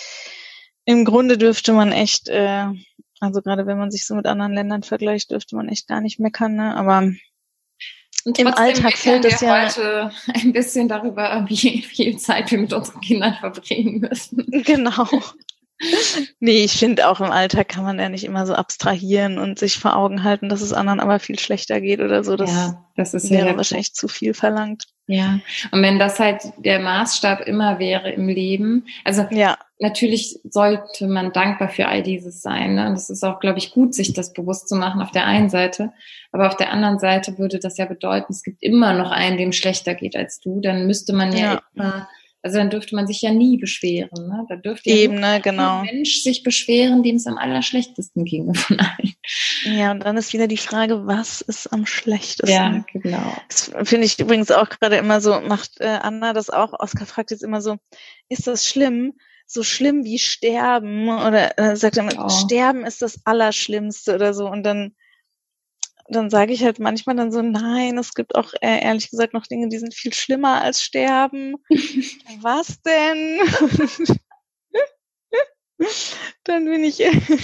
im Grunde dürfte man echt, äh, also gerade wenn man sich so mit anderen Ländern vergleicht, dürfte man echt gar nicht meckern, ne? Aber Und im Alltag fällt es ja heute ein bisschen darüber, wie viel Zeit wir mit unseren Kindern verbringen müssen. Genau. Nee, ich finde auch im Alltag kann man ja nicht immer so abstrahieren und sich vor Augen halten, dass es anderen aber viel schlechter geht oder so. Das, ja, das ist wäre ja wahrscheinlich zu viel verlangt. Ja, und wenn das halt der Maßstab immer wäre im Leben, also ja. Natürlich sollte man dankbar für all dieses sein. Ne? Und das ist auch, glaube ich, gut, sich das bewusst zu machen auf der einen Seite. Aber auf der anderen Seite würde das ja bedeuten, es gibt immer noch einen, dem schlechter geht als du. Dann müsste man ja, ja. immer, also dann dürfte man sich ja nie beschweren. Ne? Da dürfte Eben, ja ne, genau. ein Mensch sich beschweren, dem es am allerschlechtesten ginge von allen. Ja, und dann ist wieder die Frage, was ist am schlechtesten? Ja, genau. Das finde ich übrigens auch gerade immer so, macht äh, Anna das auch, Oskar fragt jetzt immer so, ist das schlimm? So schlimm wie Sterben? Oder äh, sagt er immer, Oh. Sterben ist das Allerschlimmste oder so. Und dann dann sage ich halt manchmal dann so, nein, es gibt auch äh, ehrlich gesagt noch Dinge, die sind viel schlimmer als Sterben. Was denn? Dann bin ich,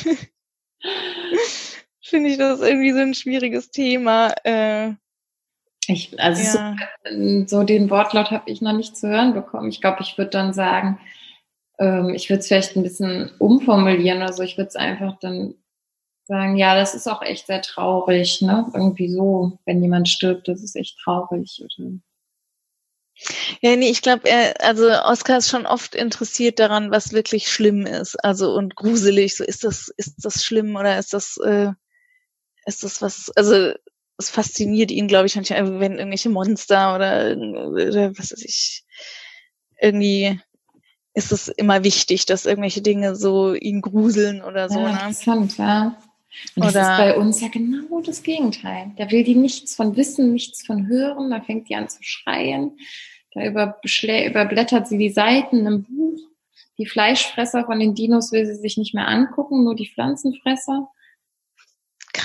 finde ich das irgendwie so ein schwieriges Thema. Äh, ich, also ja. so, so den Wortlaut habe ich noch nicht zu hören bekommen. Ich glaube, ich würde dann sagen, ähm, ich würde es vielleicht ein bisschen umformulieren oder so. Ich würde es einfach dann sagen, ja, das ist auch echt sehr traurig, ne? Irgendwie so, wenn jemand stirbt, das ist echt traurig. Oder? Ja, nee, ich glaube, also Oskar ist schon oft interessiert daran, was wirklich schlimm ist, also und gruselig. So, ist das, ist das schlimm oder ist das, äh, ist das was? Also es fasziniert ihn, glaube ich, manchmal, wenn irgendwelche Monster oder, oder was weiß ich, irgendwie ist es immer wichtig, dass irgendwelche Dinge so ihn gruseln oder so. Ja, Ne? interessant, ja. Und das oder, ist bei uns ja genau das Gegenteil. Da will die nichts von wissen, nichts von hören, da fängt die an zu schreien. Da überblättert sie die Seiten im Buch. Die Fleischfresser von den Dinos will sie sich nicht mehr angucken, nur die Pflanzenfresser.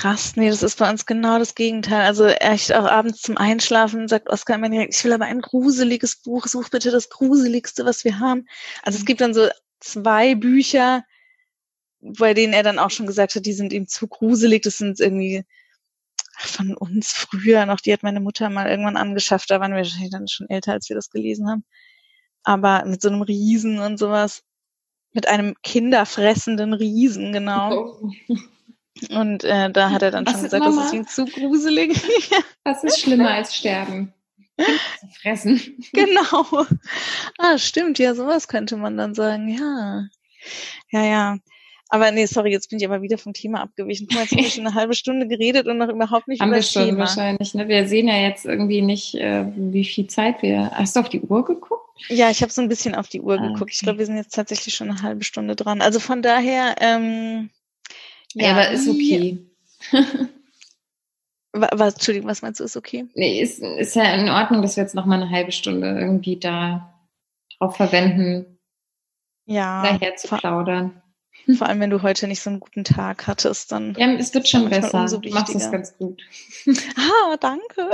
Krass, nee, das ist bei uns genau das Gegenteil. Also echt auch abends zum Einschlafen sagt Oskar immer direkt, ich will aber ein gruseliges Buch, such bitte das Gruseligste, was wir haben. Also es gibt dann so zwei Bücher, bei denen er dann auch schon gesagt hat, die sind ihm zu gruselig. Das sind irgendwie von uns früher noch, die hat meine Mutter mal irgendwann angeschafft, da waren wir wahrscheinlich dann schon älter, als wir das gelesen haben. Aber mit so einem Riesen und sowas, mit einem kinderfressenden Riesen, genau. Oh. Und äh, da hat er dann Was schon ist gesagt, Mama? das ist ihm zu gruselig. Was ist schlimmer als sterben? Fressen. Genau. Ah, stimmt, ja, sowas könnte man dann sagen, ja. Ja, ja. Aber nee, sorry, jetzt bin ich aber wieder vom Thema abgewichen. Guck mal, jetzt haben wir schon eine halbe Stunde geredet und noch überhaupt nicht Haben über wir das schon Thema. wahrscheinlich, ne? Wir sehen ja jetzt irgendwie nicht, äh, wie viel Zeit wir... Hast du auf die Uhr geguckt? Ja, ich habe so ein bisschen auf die Uhr Ah, geguckt. Ich okay. glaube, wir sind jetzt tatsächlich schon eine halbe Stunde dran. Also von daher, ähm, Ja, ja, aber ist wie- okay. wa- was, Entschuldigung, was meinst du, ist okay? Nee, ist, ist ja in Ordnung, dass wir jetzt noch mal eine halbe Stunde irgendwie da drauf verwenden, Ja, daher zu vor, plaudern. vor allem, wenn du heute nicht so einen guten Tag hattest, dann Ja, es wird ist schon manchmal besser. umso Du machst das wichtiger. ganz gut. Ah, danke.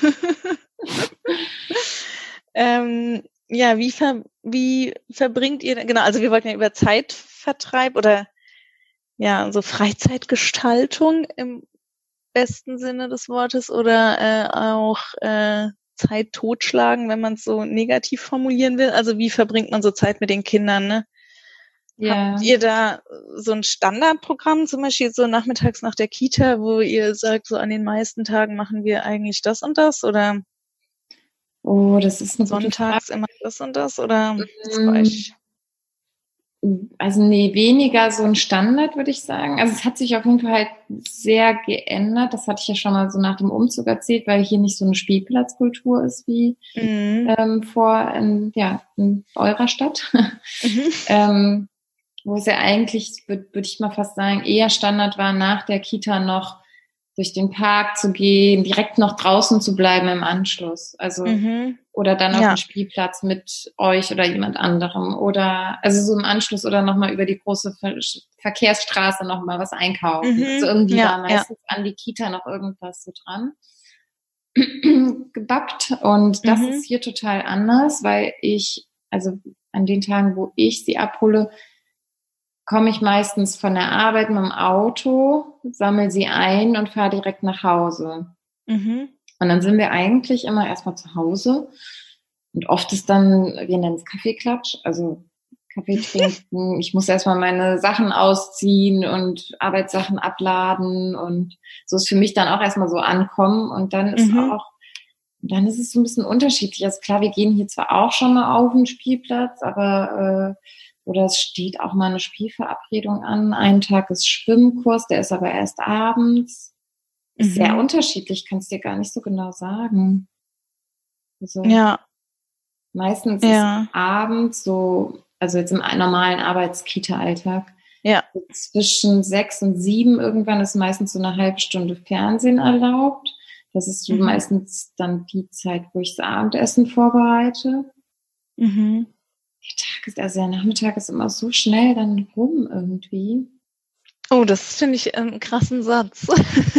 ähm, ja, wie, ver, wie verbringt ihr, genau, also wir wollten ja über Zeitvertreib oder ja, so Freizeitgestaltung im besten Sinne des Wortes oder äh, auch äh, Zeit totschlagen, wenn man es so negativ formulieren will. Also wie verbringt man so Zeit mit den Kindern, ne? Ja. Habt ihr da so ein Standardprogramm, zum Beispiel so nachmittags nach der Kita, wo ihr sagt, so an den meisten Tagen machen wir eigentlich das und das oder Oh, das ist eine gute Frage. sonntags immer das und das oder ist bei euch? Also nee, weniger so ein Standard, würde ich sagen. Also es hat sich auf jeden Fall halt sehr geändert. Das hatte ich ja schon mal so nach dem Umzug erzählt, weil hier nicht so eine Spielplatzkultur ist wie Mhm. ähm, vor in, ja, in eurer Stadt. Mhm. ähm, wo es ja eigentlich, würde würd ich mal fast sagen, eher Standard war, nach der Kita noch durch den Park zu gehen, direkt noch draußen zu bleiben im Anschluss. Also Mhm. oder dann auf Ja. dem Spielplatz mit euch oder jemand anderem oder also so im Anschluss oder nochmal über die große Ver Verkehrsstraße nochmal was einkaufen. Mhm. Also irgendwie Ja, war meistens an die Kita noch irgendwas so dran gebappt und das Mhm. ist hier total anders, weil ich, also an den Tagen, wo ich sie abhole, komme ich meistens von der Arbeit mit dem Auto, sammle sie ein und fahre direkt nach Hause. Mhm. Und dann sind wir eigentlich immer erstmal zu Hause. Und oft ist dann, wir nennen es Kaffeeklatsch, also Kaffee trinken. Ich muss erstmal meine Sachen ausziehen und Arbeitssachen abladen. Und so ist für mich dann auch erstmal so ankommen. Und dann ist Mhm. auch, dann ist es so ein bisschen unterschiedlich. Also klar, wir gehen hier zwar auch schon mal auf den Spielplatz, aber äh, oder es steht auch mal eine Spielverabredung an. Einen Tag ist Schwimmkurs, der ist aber erst abends. Ist sehr Mhm. unterschiedlich, kann es dir gar nicht so genau sagen. Also Ja, meistens ja, ist abends so, also jetzt im normalen Arbeits-Kita-Alltag, ja. so zwischen sechs und sieben irgendwann ist meistens so eine halbe Stunde Fernsehen erlaubt. Das ist so Mhm. meistens dann die Zeit, wo ich das Abendessen vorbereite. Mhm. Der Tag ist, also der Nachmittag ist immer so schnell dann rum irgendwie. Oh, das finde ich einen krassen Satz.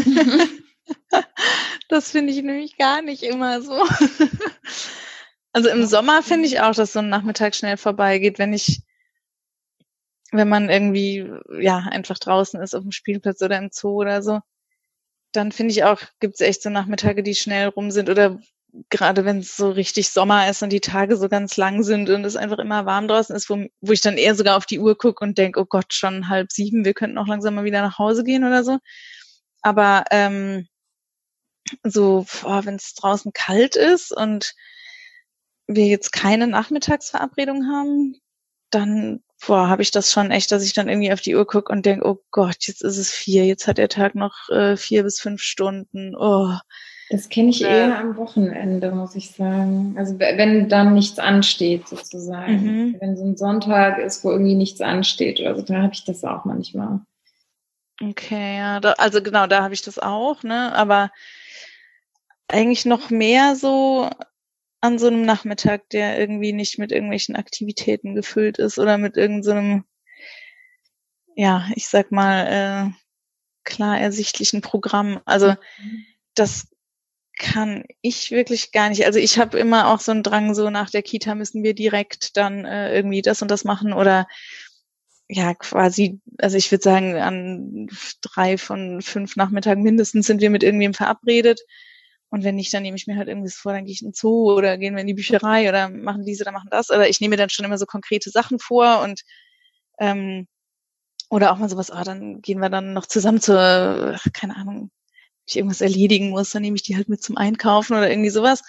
Das finde ich nämlich gar nicht immer so. Also im Sommer finde ich auch, dass so ein Nachmittag schnell vorbeigeht, wenn ich, wenn man irgendwie, ja, einfach draußen ist auf dem Spielplatz oder im Zoo oder so, dann finde ich auch, gibt es echt so Nachmittage, die schnell rum sind oder gerade wenn es so richtig Sommer ist und die Tage so ganz lang sind und es einfach immer warm draußen ist, wo, wo ich dann eher sogar auf die Uhr gucke und denke, oh Gott, schon halb sieben, wir könnten auch langsam mal wieder nach Hause gehen oder so. Aber ähm, so, wenn es draußen kalt ist und wir jetzt keine Nachmittagsverabredung haben, dann boah, habe ich das schon echt, dass ich dann irgendwie auf die Uhr gucke und denke, oh Gott, jetzt ist es vier, jetzt hat der Tag noch äh, vier bis fünf Stunden. Oh. Das kenne ich Oder- eher am Wochenende, muss ich sagen. Also w- wenn dann nichts ansteht, sozusagen. Mhm. Wenn so ein Sonntag ist, wo irgendwie nichts ansteht oder so, da habe ich das auch manchmal. Okay, ja, da, also genau, da habe ich das auch, ne? Aber eigentlich noch mehr so an so einem Nachmittag, der irgendwie nicht mit irgendwelchen Aktivitäten gefüllt ist oder mit irgend so einem, ja, ich sag mal, äh, klar ersichtlichen Programm. Also mhm. das kann ich wirklich gar nicht. Also ich habe immer auch so einen Drang, so nach der Kita müssen wir direkt dann äh, irgendwie das und das machen oder ja, quasi, also ich würde sagen, an drei von fünf Nachmittagen mindestens sind wir mit irgendwem verabredet. Und wenn nicht, dann nehme ich mir halt irgendwie vor, dann gehe ich in den Zoo oder gehen wir in die Bücherei oder machen dies oder machen das. Oder ich nehme mir dann schon immer so konkrete Sachen vor und ähm, oder auch mal sowas, oh, dann gehen wir dann noch zusammen zur, keine Ahnung, wenn ich irgendwas erledigen muss, dann nehme ich die halt mit zum Einkaufen oder irgendwie sowas.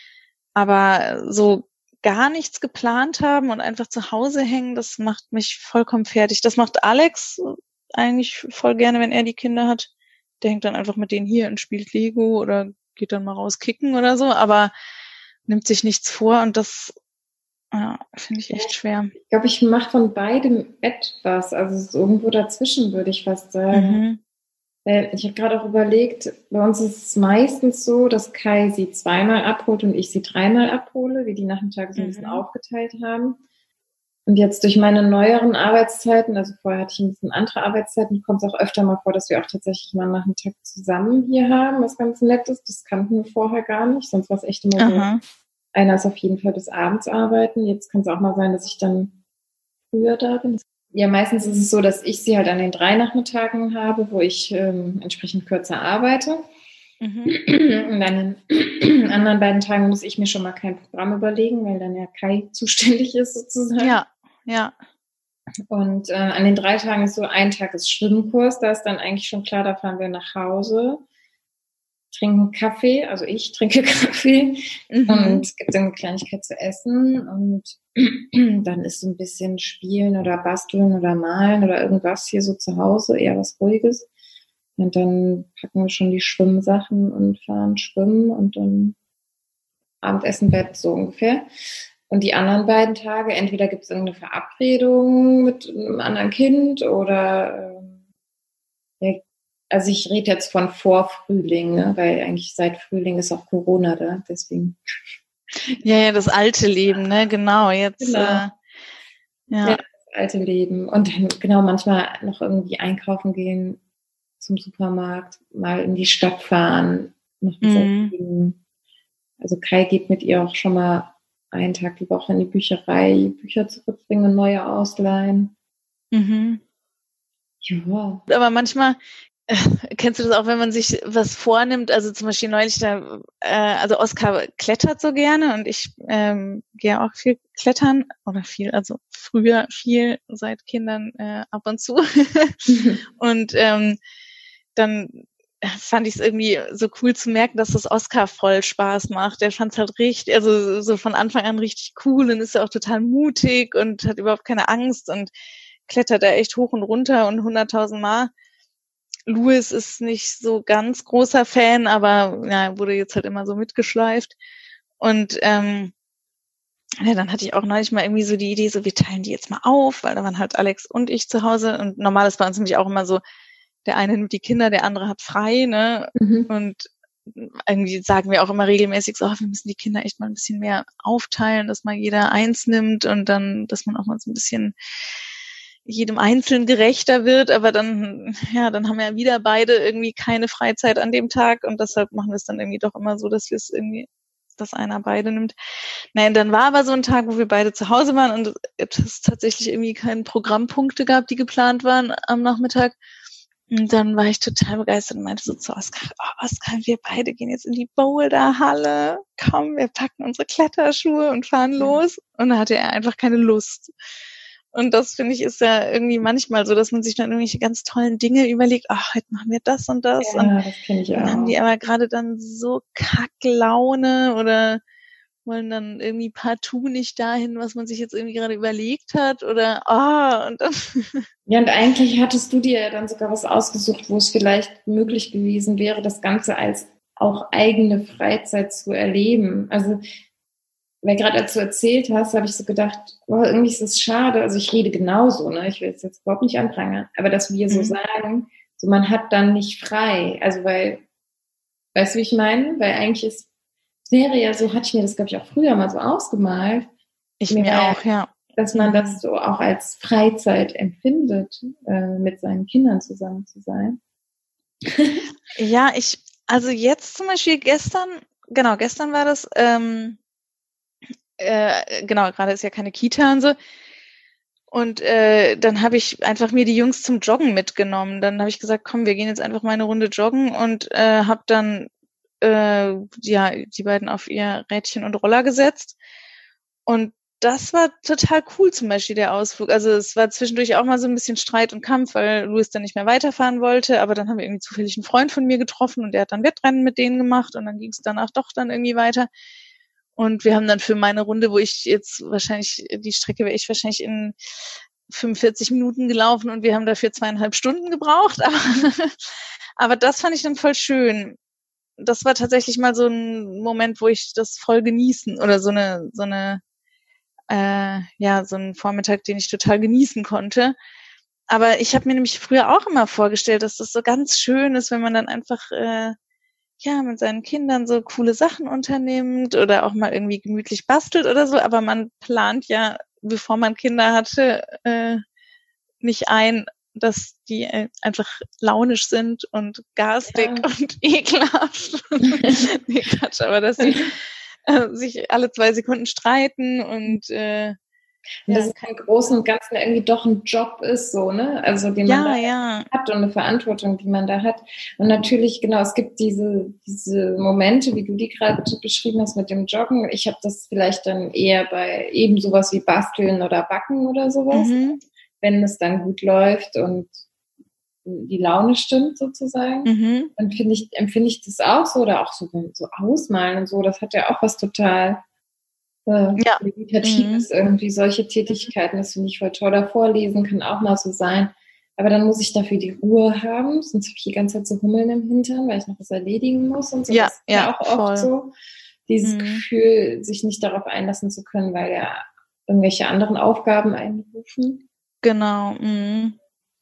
Aber so gar nichts geplant haben und einfach zu Hause hängen, das macht mich vollkommen fertig. Das macht Alex eigentlich voll gerne, wenn er die Kinder hat. Der hängt dann einfach mit denen hier und spielt Lego oder geht dann mal raus kicken oder so, aber nimmt sich nichts vor und das ja, finde ich echt schwer. Ich glaube, ich mache von beidem etwas, also es ist irgendwo dazwischen, würde ich fast sagen. Mhm. Ich habe gerade auch überlegt, bei uns ist es meistens so, dass Kai sie zweimal abholt und ich sie dreimal abhole, wie die Nachmittage so ein bisschen mhm. aufgeteilt haben. Und jetzt durch meine neueren Arbeitszeiten, also vorher hatte ich ein bisschen andere Arbeitszeiten, kommt es auch öfter mal vor, dass wir auch tatsächlich mal einen Nachmittag zusammen hier haben, was ganz nett ist. Das kannten wir vorher gar nicht, sonst war es echt immer Aha. so, einer ist auf jeden Fall bis abends arbeiten. Jetzt kann es auch mal sein, dass ich dann früher da bin. Ja, meistens ist es so, dass ich sie halt an den drei Nachmittagen habe, wo ich ähm, entsprechend kürzer arbeite. Mhm. Und an den anderen beiden Tagen muss ich mir schon mal kein Programm überlegen, weil dann ja Kai zuständig ist sozusagen. Ja, ja. Und äh, an den drei Tagen ist so, ein Tag ist Schwimmkurs, da ist dann eigentlich schon klar, da fahren wir nach Hause, trinken Kaffee, also ich trinke Kaffee mhm. und es gibt dann eine Kleinigkeit zu essen und dann ist so ein bisschen Spielen oder Basteln oder Malen oder irgendwas hier so zu Hause, eher was Ruhiges. Und dann packen wir schon die Schwimmsachen und fahren schwimmen und dann Abendessen, Bett, so ungefähr. Und die anderen beiden Tage, entweder gibt es irgendeine Verabredung mit einem anderen Kind oder ähm, ja, also ich rede jetzt von vor Frühling, ne? Weil eigentlich seit Frühling ist auch Corona da, deswegen. Ja, ja, das alte Leben, ne, genau, jetzt. Genau. Äh, ja. ja, das alte Leben. Und dann genau manchmal noch irgendwie einkaufen gehen, zum Supermarkt, mal in die Stadt fahren, noch mhm. Also Kai geht mit ihr auch schon mal einen Tag die Woche in die Bücherei, Bücher zurückbringen und neue ausleihen. Mhm. Ja. Aber manchmal äh, kennst du das auch, wenn man sich was vornimmt, also zum Beispiel neulich da, äh, also Oskar klettert so gerne und ich ähm, gehe auch viel klettern oder viel, also früher viel, seit Kindern äh, ab und zu. Und ähm, dann fand ich es irgendwie so cool zu merken, dass das Oskar voll Spaß macht. Der fand es halt richtig, also so von Anfang an richtig cool und ist ja auch total mutig und hat überhaupt keine Angst und klettert da echt hoch und runter und hunderttausend Mal. Louis ist nicht so ganz großer Fan, aber ja, wurde jetzt halt immer so mitgeschleift. Und ähm, ja, dann hatte ich auch neulich mal irgendwie so die Idee, so wir teilen die jetzt mal auf, weil da waren halt Alex und ich zu Hause und normal ist bei uns nämlich auch immer so, der eine nimmt die Kinder, der andere hat frei, ne? Mhm. Und irgendwie sagen wir auch immer regelmäßig so, oh, wir müssen die Kinder echt mal ein bisschen mehr aufteilen, dass mal jeder eins nimmt und dann, dass man auch mal so ein bisschen jedem Einzelnen gerechter wird, aber dann, ja, dann haben ja wieder beide irgendwie keine Freizeit an dem Tag und deshalb machen wir es dann irgendwie doch immer so, dass wir es irgendwie, dass einer beide nimmt. Nein, dann war aber so ein Tag, wo wir beide zu Hause waren und es tatsächlich irgendwie keine Programmpunkte gab, die geplant waren am Nachmittag. Und dann war ich total begeistert und meinte so zu Oskar, oh Oskar, wir beide gehen jetzt in die Boulderhalle. Komm, wir packen unsere Kletterschuhe und fahren los. Und da hatte er einfach keine Lust. Und das, finde ich, ist ja irgendwie manchmal so, dass man sich dann irgendwelche ganz tollen Dinge überlegt, ach, heute machen wir das und das. Ja, und das kenn ich auch. Dann haben die aber gerade dann so Kacklaune oder wollen dann irgendwie partout nicht dahin, was man sich jetzt irgendwie gerade überlegt hat oder ah, oh, und dann ja, und eigentlich hattest du dir ja dann sogar was ausgesucht, wo es vielleicht möglich gewesen wäre, das Ganze als auch eigene Freizeit zu erleben. Also, weil gerade als du erzählt hast, habe ich so gedacht, oh, irgendwie ist es schade, also ich rede genauso, ne? Ich will es jetzt überhaupt nicht anprangern, aber dass wir mhm. so sagen, so man hat dann nicht frei, also weil, weißt du, wie ich meine? Weil eigentlich ist wäre ja so, hatte ich mir das, glaube ich, auch früher mal so ausgemalt. Ich mir, mir auch, ja. Dass man das so auch als Freizeit empfindet, äh, mit seinen Kindern zusammen zu sein. Ja, ich, also jetzt zum Beispiel gestern, genau, gestern war das, ähm, äh, genau, gerade ist ja keine Kita und so. Und äh, dann habe ich einfach mir die Jungs zum Joggen mitgenommen. Dann habe ich gesagt, komm, wir gehen jetzt einfach mal eine Runde joggen und äh, habe dann äh, ja die beiden auf ihr Rädchen und Roller gesetzt. Und das war total cool, zum Beispiel der Ausflug. Also es war zwischendurch auch mal so ein bisschen Streit und Kampf, weil Louis dann nicht mehr weiterfahren wollte. Aber dann haben wir irgendwie zufällig einen Freund von mir getroffen und der hat dann Wettrennen mit denen gemacht und dann ging es danach doch dann irgendwie weiter. Und wir haben dann für meine Runde, wo ich jetzt wahrscheinlich, die Strecke wäre ich wahrscheinlich in fünfundvierzig Minuten gelaufen und wir haben dafür zweieinhalb Stunden gebraucht. Aber, aber das fand ich dann voll schön. Das war tatsächlich mal so ein Moment, wo ich das voll genießen oder so eine, so eine, äh, ja, so ein Vormittag, den ich total genießen konnte. Aber ich habe mir nämlich früher auch immer vorgestellt, dass das so ganz schön ist, wenn man dann einfach äh, ja, mit seinen Kindern so coole Sachen unternimmt oder auch mal irgendwie gemütlich bastelt oder so, aber man plant ja, bevor man Kinder hatte, äh, nicht ein, dass die äh, einfach launisch sind und garstig ja. und ekelhaft. Nee, Quatsch, aber dass sie äh, sich alle zwei Sekunden streiten und äh, Und dass ja. es im Großen und Ganzen irgendwie doch ein Job ist, so, ne? Also, den man ja, da ja. hat und eine Verantwortung, die man da hat. Und natürlich, genau, es gibt diese, diese Momente, wie du die gerade beschrieben hast mit dem Joggen. Ich habe das vielleicht dann eher bei eben sowas wie Basteln oder Backen oder sowas, Mhm. wenn es dann gut läuft und die Laune stimmt sozusagen. Mhm. Dann finde ich, empfinde ich das auch so oder auch so, so Ausmalen und so. Das hat ja auch was total Äh, ja. meditatives, mhm. irgendwie solche Tätigkeiten, das finde ich voll toll. Oder vorlesen kann auch mal so sein. Aber dann muss ich dafür die Ruhe haben, sonst habe ich die ganze Zeit so Hummeln im Hintern, weil ich noch was erledigen muss und so. Ja, das ist ja, ja auch voll. oft so. Dieses mhm. Gefühl, sich nicht darauf einlassen zu können, weil ja irgendwelche anderen Aufgaben einrufen. Genau. Mhm.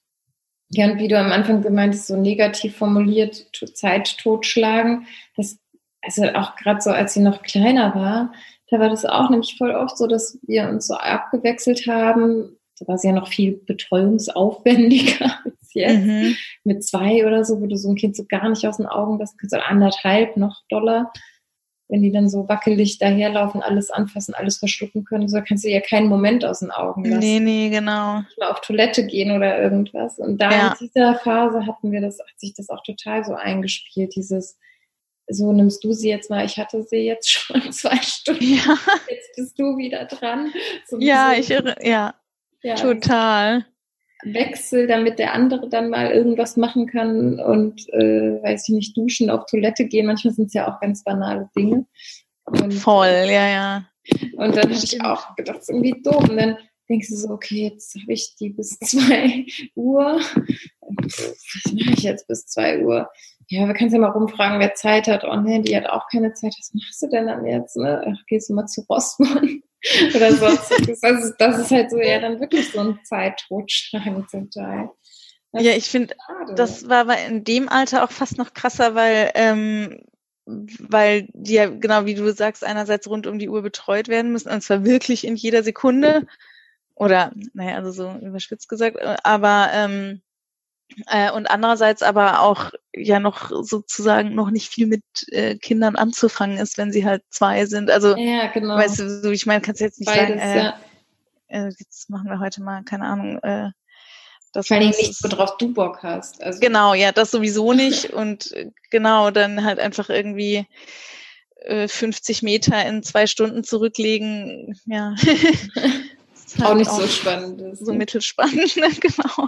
Ja, und wie du am Anfang gemeint hast, so negativ formuliert, Zeit totschlagen, das, also auch gerade so, als sie noch kleiner war, da war das auch nämlich voll oft so, dass wir uns so abgewechselt haben. Da war sie ja noch viel betreuungsaufwendiger als jetzt. Mhm. Mit zwei oder so, wo du so ein Kind so gar nicht aus den Augen lassen kannst, oder anderthalb noch doller. Wenn die dann so wackelig daherlaufen, alles anfassen, alles verschlucken können, so kannst du ja keinen Moment aus den Augen lassen. Nee, nee, genau. Mal auf Toilette gehen oder irgendwas. Und da ja. in dieser Phase hatten wir das, hat sich das auch total so eingespielt, dieses so nimmst du sie jetzt mal, ich hatte sie jetzt schon zwei Stunden, ja. jetzt bist du wieder dran. So ja, ich irre, ja, ja, total. Wechsel, damit der andere dann mal irgendwas machen kann und, äh, weiß ich nicht, duschen, auf Toilette gehen. Manchmal sind es ja auch ganz banale Dinge. Und, voll, ja, ja. Und dann habe ich auch gedacht, das ist irgendwie doof. Und dann denkst du so, okay, jetzt habe ich die bis zwei Uhr. Pff, was mache ich jetzt bis zwei Uhr? Ja, wir können ja mal rumfragen, wer Zeit hat. Oh ne, die hat auch keine Zeit. Was machst du denn dann jetzt? Ne? Ach, gehst du mal zu Rossmann oder sonst. Das, das ist halt so ja dann wirklich so ein Zeittotschlagen zum Teil. Das ja, ich finde, das war aber in dem Alter auch fast noch krasser, weil ähm, weil die ja, genau wie du sagst, einerseits rund um die Uhr betreut werden müssen, und zwar wirklich in jeder Sekunde. Oder, naja, also so überspitzt gesagt, aber ähm, Äh, und andererseits aber auch ja noch sozusagen noch nicht viel mit äh, Kindern anzufangen ist, wenn sie halt zwei sind. Also, ja, genau. Weißt du, so, ich meine, kannst du jetzt nicht Beides, sagen, äh, ja. äh, jetzt machen wir heute mal, keine Ahnung, äh, das vor allem nichts, worauf du Bock hast. Also. Genau, ja, das sowieso nicht. Und äh, genau, dann halt einfach irgendwie äh, fünfzig Meter in zwei Stunden zurücklegen, ja. Halt auch nicht auch so spannend ist. So mittelspannend, genau.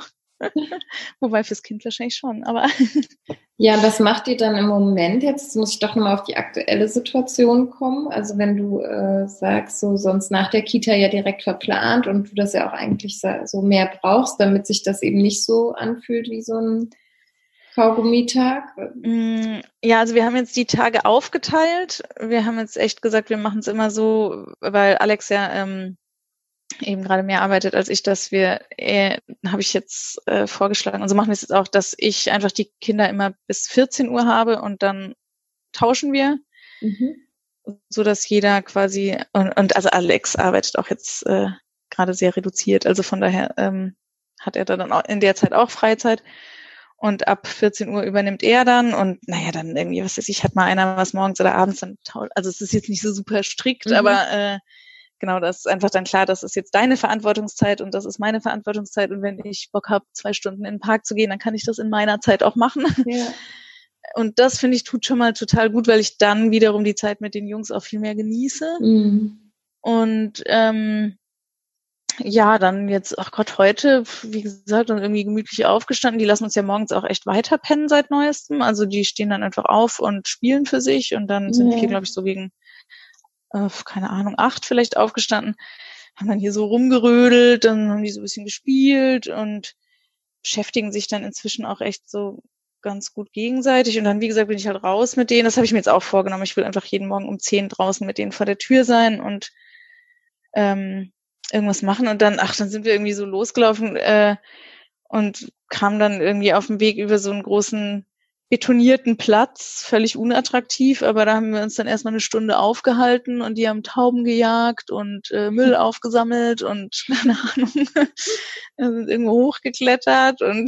Wobei fürs Kind wahrscheinlich schon, aber. Ja, was macht ihr dann im Moment jetzt? Jetzt muss ich doch nochmal auf die aktuelle Situation kommen. Also wenn du äh, sagst, so sonst nach der Kita ja direkt verplant und du das ja auch eigentlich so mehr brauchst, damit sich das eben nicht so anfühlt wie so ein Kaugummitag? Ja, also wir haben jetzt die Tage aufgeteilt. Wir haben jetzt echt gesagt, wir machen es immer so, weil Alex ja ähm, eben gerade mehr arbeitet als ich, dass wir, äh, habe ich jetzt äh, vorgeschlagen, und so machen wir es jetzt auch, dass ich einfach die Kinder immer bis vierzehn Uhr habe und dann tauschen wir, mhm. so dass jeder quasi, und, und also Alex arbeitet auch jetzt äh, gerade sehr reduziert, also von daher ähm, hat er dann auch in der Zeit auch Freizeit. Und ab vierzehn Uhr übernimmt er dann und naja, dann irgendwie, was weiß ich, hat mal einer was morgens oder abends dann tauscht. Also es ist jetzt nicht so super strikt, mhm. aber äh, genau, das ist einfach dann klar, das ist jetzt deine Verantwortungszeit und das ist meine Verantwortungszeit. Und wenn ich Bock habe, zwei Stunden in den Park zu gehen, dann kann ich das in meiner Zeit auch machen. Ja. Und das, finde ich, tut schon mal total gut, weil ich dann wiederum die Zeit mit den Jungs auch viel mehr genieße. Mhm. Und ähm, ja, dann jetzt, ach Gott, heute, wie gesagt, dann irgendwie gemütlich aufgestanden. Die lassen uns ja morgens auch echt weiter pennen seit Neuestem. Also die stehen dann einfach auf und spielen für sich. Und dann sind ja. wir, glaube ich, so gegen, äh, keine Ahnung, acht vielleicht aufgestanden. Haben dann hier so rumgerödelt, dann haben die so ein bisschen gespielt und beschäftigen sich dann inzwischen auch echt so ganz gut gegenseitig. Und dann, wie gesagt, bin ich halt raus mit denen. Das habe ich mir jetzt auch vorgenommen. Ich will einfach jeden Morgen um zehn draußen mit denen vor der Tür sein und ähm, irgendwas machen. Und dann, ach, dann sind wir irgendwie so losgelaufen äh, und kamen dann irgendwie auf dem Weg über so einen großen betonierten Platz, völlig unattraktiv, aber da haben wir uns dann erstmal eine Stunde aufgehalten und die haben Tauben gejagt und äh, Müll aufgesammelt und keine Ahnung, sind irgendwo hochgeklettert und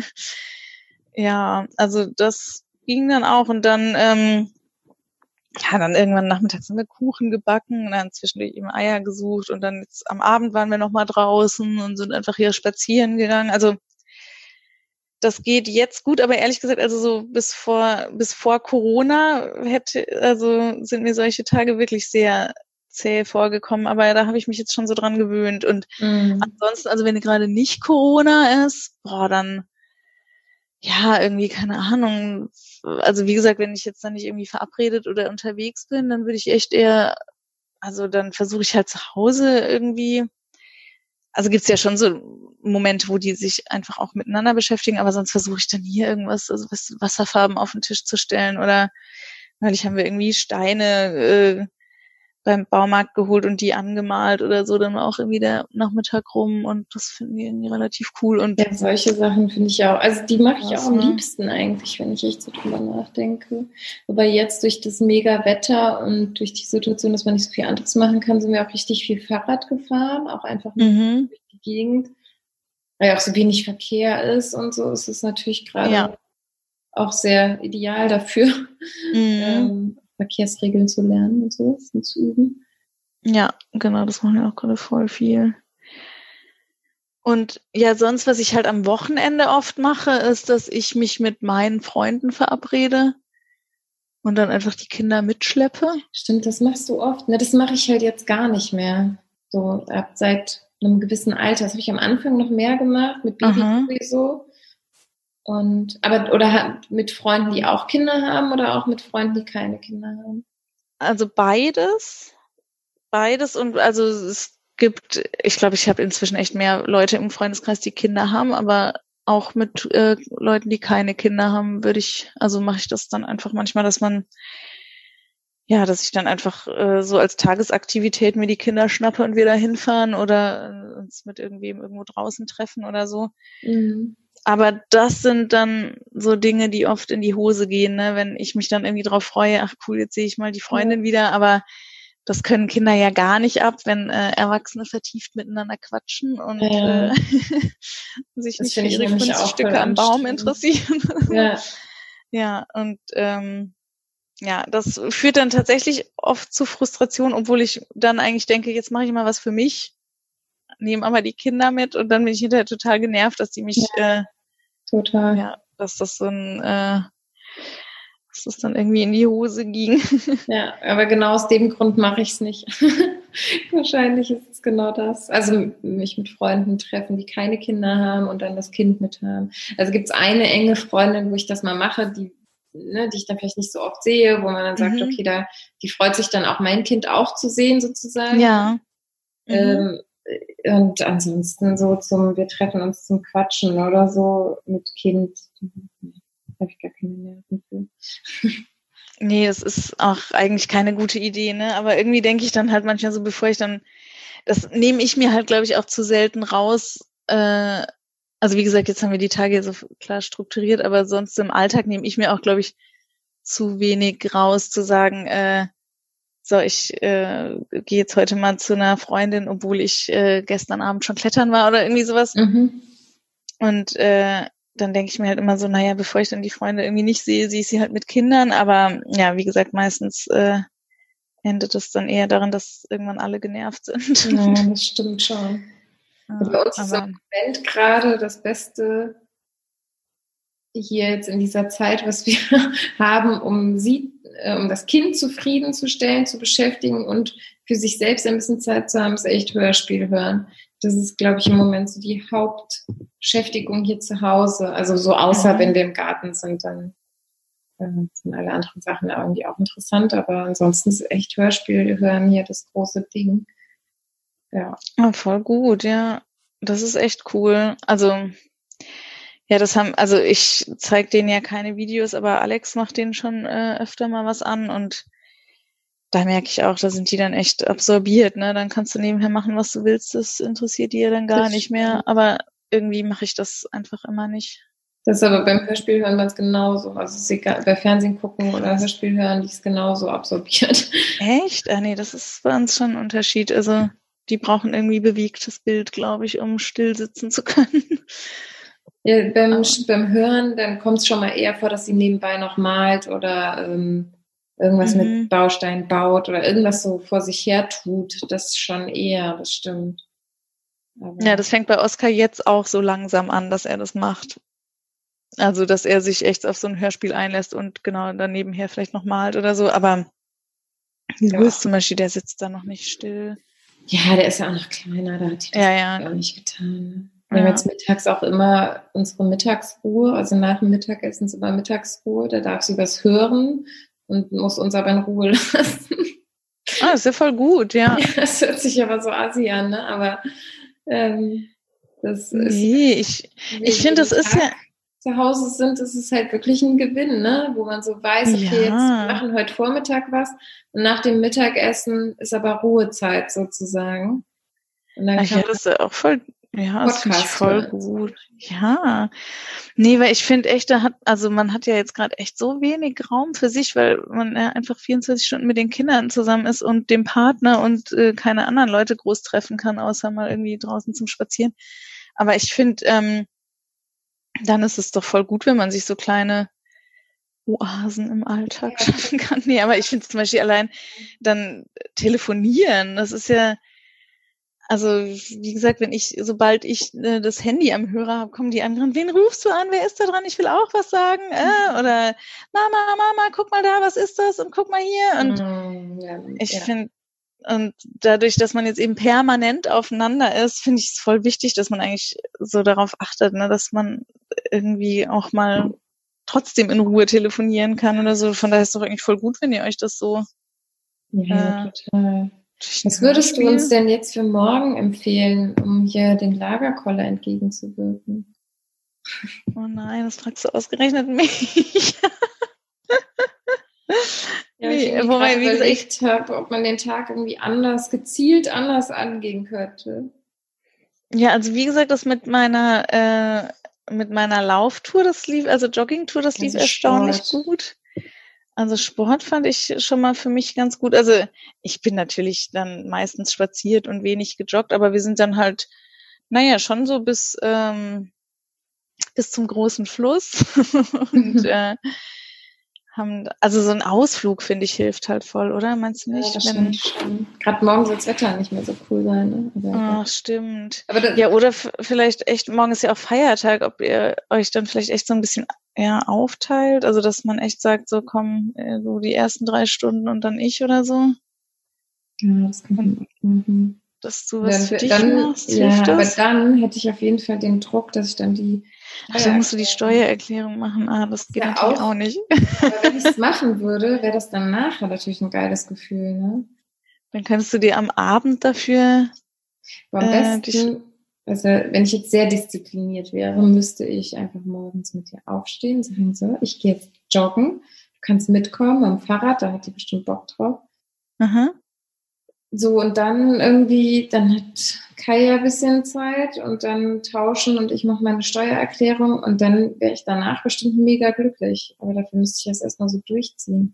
ja, also das ging dann auch und dann ähm, ja, dann irgendwann nachmittags haben wir Kuchen gebacken und dann zwischendurch eben Eier gesucht und dann jetzt am Abend waren wir nochmal draußen und sind einfach hier spazieren gegangen. Also das geht jetzt gut, aber ehrlich gesagt, also so bis vor bis vor Corona hätte, also sind mir solche Tage wirklich sehr zäh vorgekommen, aber da habe ich mich jetzt schon so dran gewöhnt. Und mhm. ansonsten, also wenn gerade nicht Corona ist, boah, dann ja, irgendwie, keine Ahnung. Also wie gesagt, wenn ich jetzt dann nicht irgendwie verabredet oder unterwegs bin, dann würde ich echt eher, also dann versuche ich halt zu Hause irgendwie, also gibt's ja schon so Momente, wo die sich einfach auch miteinander beschäftigen, aber sonst versuche ich dann hier irgendwas, also was, Wasserfarben auf den Tisch zu stellen oder neulich haben wir irgendwie Steine äh, beim Baumarkt geholt und die angemalt oder so, dann war auch irgendwie der Nachmittag rum und das finden die irgendwie relativ cool. Und ja, solche Sachen finde ich auch, also die mache ich auch am liebsten eigentlich, wenn ich echt so drüber nachdenke. Wobei jetzt durch das mega Wetter und durch die Situation, dass man nicht so viel anderes machen kann, sind wir auch richtig viel Fahrrad gefahren, auch einfach mhm. durch die Gegend, weil ja auch so wenig Verkehr ist und so, ist es natürlich gerade ja. auch sehr ideal dafür. Mhm. Ähm, Verkehrsregeln zu lernen und so, und zu üben. Ja, genau, das machen wir auch gerade voll viel. Und ja, sonst, was ich halt am Wochenende oft mache, ist, dass ich mich mit meinen Freunden verabrede und dann einfach die Kinder mitschleppe. Stimmt, das machst du oft. Ne, das mache ich halt jetzt gar nicht mehr. So ab seit einem gewissen Alter. Das habe ich am Anfang noch mehr gemacht, mit Baby sowieso. Und, aber, oder mit Freunden, die auch Kinder haben oder auch mit Freunden, die keine Kinder haben? Also beides. Beides und also es gibt, ich glaube, ich habe inzwischen echt mehr Leute im Freundeskreis, die Kinder haben, aber auch mit äh, Leuten, die keine Kinder haben, würde ich, also mache ich das dann einfach manchmal, dass man, ja, dass ich dann einfach äh, so als Tagesaktivität mir die Kinder schnappe und wir da hinfahren oder äh, uns mit irgendwem irgendwo draußen treffen oder so. Mhm. Aber das sind dann so Dinge, die oft in die Hose gehen, ne? Wenn ich mich dann irgendwie drauf freue, ach cool, jetzt sehe ich mal die Freundin ja. wieder, aber das können Kinder ja gar nicht ab, wenn äh, Erwachsene vertieft miteinander quatschen und ja. äh, sich das nicht für ihre Kunststücke am Baum interessieren. Ja, ja und ähm, ja, das führt dann tatsächlich oft zu Frustration, obwohl ich dann eigentlich denke, jetzt mache ich mal was für mich, nehme aber die Kinder mit und dann bin ich hinterher total genervt, dass die mich ja, äh, total, ja, dass das so ein äh, dass das dann irgendwie in die Hose ging. Ja, aber genau aus dem Grund mache ich es nicht. Wahrscheinlich ist es genau das. Also mich mit Freunden treffen, die keine Kinder haben und dann das Kind mit haben. Also gibt es eine enge Freundin, wo ich das mal mache, die, ne, die ich dann vielleicht nicht so oft sehe, wo man dann sagt, mhm. okay, da, die freut sich dann auch, mein Kind auch zu sehen sozusagen. Ja. Mhm. Ähm, und ansonsten so zum, wir treffen uns zum Quatschen oder so mit Kind. Habe ich gar keine Nerven für. Nee, das ist auch eigentlich keine gute Idee, ne? Aber irgendwie denke ich dann halt manchmal so, bevor ich dann, das nehme ich mir halt, glaube ich, auch zu selten raus. Äh, also wie gesagt, jetzt haben wir die Tage so klar strukturiert, aber sonst im Alltag nehme ich mir auch, glaube ich, zu wenig raus, zu sagen, äh, so, ich äh, gehe jetzt heute mal zu einer Freundin, obwohl ich äh, gestern Abend schon klettern war oder irgendwie sowas. Mhm. Und äh, dann denke ich mir halt immer so, naja, bevor ich dann die Freunde irgendwie nicht sehe, sehe ich sie halt mit Kindern. Aber ja, wie gesagt, meistens äh, endet es dann eher daran, dass irgendwann alle genervt sind. Ja, das stimmt schon. Ja, Bei uns ist aber, im Moment gerade das Beste hier jetzt in dieser Zeit, was wir haben, um sie, äh, um das Kind zufriedenzustellen, zu beschäftigen und für sich selbst ein bisschen Zeit zu haben, ist echt Hörspiel hören. Das ist, glaube ich, im Moment so die Hauptbeschäftigung hier zu Hause. Also so außer, Mhm. wenn wir im Garten sind, dann äh, sind alle anderen Sachen irgendwie auch interessant. Aber ansonsten ist echt Hörspiel hören hier das große Ding. Ja. ja, voll gut, ja. Das ist echt cool. Also, ja, das haben, also ich zeige denen ja keine Videos, aber Alex macht denen schon äh, öfter mal was an und da merke ich auch, da sind die dann echt absorbiert, ne? Dann kannst du nebenher machen, was du willst, das interessiert die ja dann gar Das nicht mehr, aber irgendwie mache ich das einfach immer nicht. Das ist aber beim Hörspiel hören ganz genauso. Also es ist egal, bei Fernsehen gucken oder Hörspiel hören, die ist genauso absorbiert. Echt? Ah nee, das ist bei uns schon ein Unterschied. Also die brauchen irgendwie bewegtes Bild, glaube ich, um still sitzen zu können. Ja, beim, Aber- beim Hören, dann kommt es schon mal eher vor, dass sie nebenbei noch malt oder ähm, irgendwas Mhm. mit Baustein baut oder irgendwas so vor sich her tut. Das schon eher, das stimmt. Aber Ja, das fängt bei Oskar jetzt auch so langsam an, dass er das macht. Also, dass er sich echt auf so ein Hörspiel einlässt und genau dann nebenher vielleicht noch malt oder so. Aber Louis Ja. zum Beispiel, der sitzt da noch nicht still. ja, der ist ja auch noch kleiner, da hat die das Ja, ja. auch nicht getan. Wir haben Ja. jetzt mittags auch immer unsere Mittagsruhe, also nach dem Mittagessen ist immer Mittagsruhe, da darf sie was hören und muss uns aber in Ruhe lassen. Ah, ist ja voll gut, ja. Das hört sich aber so assi an, ne? Aber ähm, das ist, Nee, ich, wie ich finde, das jeden ist ja, Tag zu Hause sind, ist es halt wirklich ein Gewinn, ne? Wo man so weiß, okay, jetzt Ja. wir machen heute Vormittag was und nach dem Mittagessen ist aber Ruhezeit sozusagen. Und dann ach kann ja, das ist ja auch voll, ja, das finde ich Podcast voll hören. gut. Ja. Nee, weil ich finde echt, da hat, also man hat ja jetzt gerade echt so wenig Raum für sich, weil man ja einfach vierundzwanzig Stunden mit den Kindern zusammen ist und dem Partner und äh, keine anderen Leute groß treffen kann, außer mal irgendwie draußen zum Spazieren. Aber ich finde, ähm, dann ist es doch voll gut, wenn man sich so kleine Oasen im Alltag Ja. schaffen kann. Nee, aber ich finde zum Beispiel allein dann telefonieren, das ist ja, also wie gesagt, wenn ich, sobald ich äh, das Handy am Hörer habe, kommen die anderen, wen rufst du an, wer ist da dran, ich will auch was sagen, äh, oder Mama, Mama, guck mal da, was ist das und guck mal hier und Mm, ja, ich ja. finde, und dadurch, dass man jetzt eben permanent aufeinander ist, finde ich es voll wichtig, dass man eigentlich so darauf achtet, ne, dass man irgendwie auch mal trotzdem in Ruhe telefonieren kann oder so. Von daher ist es doch eigentlich voll gut, wenn ihr euch das so. Ja, Äh, total. Was würdest du uns denn jetzt für morgen empfehlen, um hier den Lagerkoller entgegenzuwirken? Oh nein, das fragst du ausgerechnet mich. Ja, Nee, ich irgendwie wobei, gerade wie gesagt, überlegt habe, ob man den Tag irgendwie anders, gezielt anders angehen könnte. Ja, also wie gesagt, das mit meiner äh, mit meiner Lauftour, das lief, also Joggingtour, das lief Also erstaunlich Sport. gut. Also Sport fand ich schon mal für mich ganz gut. Also ich bin natürlich dann meistens spaziert und wenig gejoggt, aber wir sind dann halt, naja, schon so bis ähm, bis zum großen Fluss und äh, haben, also so ein Ausflug, finde ich, hilft halt voll, oder? Meinst du Ja, nicht? das Wenn, stimmt schon. Gerade morgen soll das Wetter nicht mehr so cool sein, ne? Aber, ach, stimmt. aber das, Ja, oder f- vielleicht echt, morgen ist ja auch Feiertag, ob ihr euch dann vielleicht echt so ein bisschen ja, aufteilt, also dass man echt sagt, so komm, äh, so die ersten drei Stunden und dann ich oder so, ja, das kann man auch machen. dass du was Dann, für dich dann, machst, ja, hilft aber das? dann hätte ich auf jeden Fall den Druck, dass ich dann die Ach, dann musst du die Steuererklärung- Steuererklärung machen. Ah, das geht ja natürlich auch- auch nicht. Aber wenn ich es machen würde, wäre das dann nachher natürlich ein geiles Gefühl, ne? Dann könntest du dir am Abend dafür, Aber am Äh, besten, also wenn ich jetzt sehr diszipliniert wäre, müsste ich einfach morgens mit dir aufstehen und sagen, so, ich gehe jetzt joggen, du kannst mitkommen am Fahrrad, da hat die bestimmt Bock drauf. aha. So, und dann irgendwie, dann hat Kaya ein bisschen Zeit und dann tauschen und ich mache meine Steuererklärung und dann wäre ich danach bestimmt mega glücklich. Aber dafür müsste ich das erstmal so durchziehen.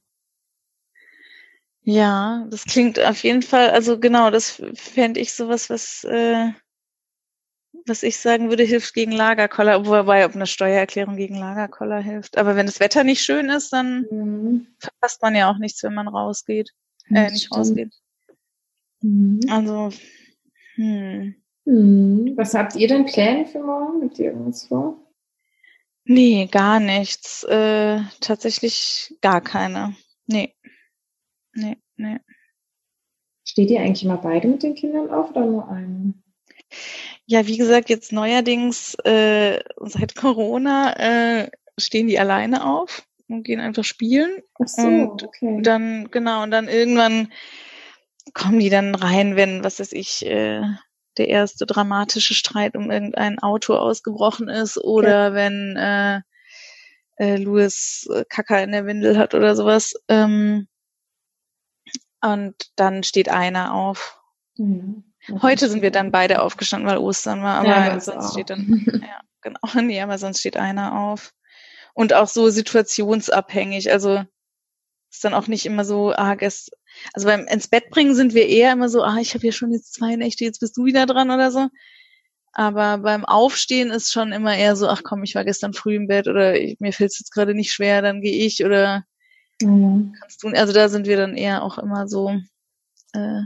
Ja, das klingt auf jeden Fall, also genau, das fände ich sowas, was, äh, was ich sagen würde, hilft gegen Lagerkoller, wobei ob eine Steuererklärung gegen Lagerkoller hilft. Aber wenn das Wetter nicht schön ist, dann mhm. verpasst man ja auch nichts, wenn man rausgeht. Äh, nicht stimmt. rausgeht. Mhm. Also, hm. Mhm. Was habt ihr denn Pläne für morgen? Habt ihr irgendwas vor? Nee, gar nichts. Äh, tatsächlich gar keine. Nee. Nee, nee. Steht ihr eigentlich immer beide mit den Kindern auf oder nur eine? Ja, wie gesagt, jetzt neuerdings äh, seit Corona äh, stehen die alleine auf und gehen einfach spielen. Ach so, und okay. dann, genau, und dann irgendwann kommen die dann rein, wenn, was weiß ich, äh, der erste dramatische Streit um irgendein Auto ausgebrochen ist oder okay. wenn äh, äh, Louis äh, Kacker in der Windel hat oder sowas. Ähm, und dann steht einer auf. Mhm. Heute sind wir dann beide aufgestanden, weil Ostern war, aber ja, sonst steht dann, ja, genau, nee, aber sonst steht einer auf. Und auch so situationsabhängig, also ist dann auch nicht immer so, ah, gest, also beim ins Bett bringen sind wir eher immer so, ah, ich habe hier schon jetzt zwei Nächte, jetzt bist du wieder dran oder so. Aber beim Aufstehen ist schon immer eher so, ach komm, ich war gestern früh im Bett oder ich, mir fällt es jetzt gerade nicht schwer, dann gehe ich oder mhm. kannst du, also da sind wir dann eher auch immer so, äh,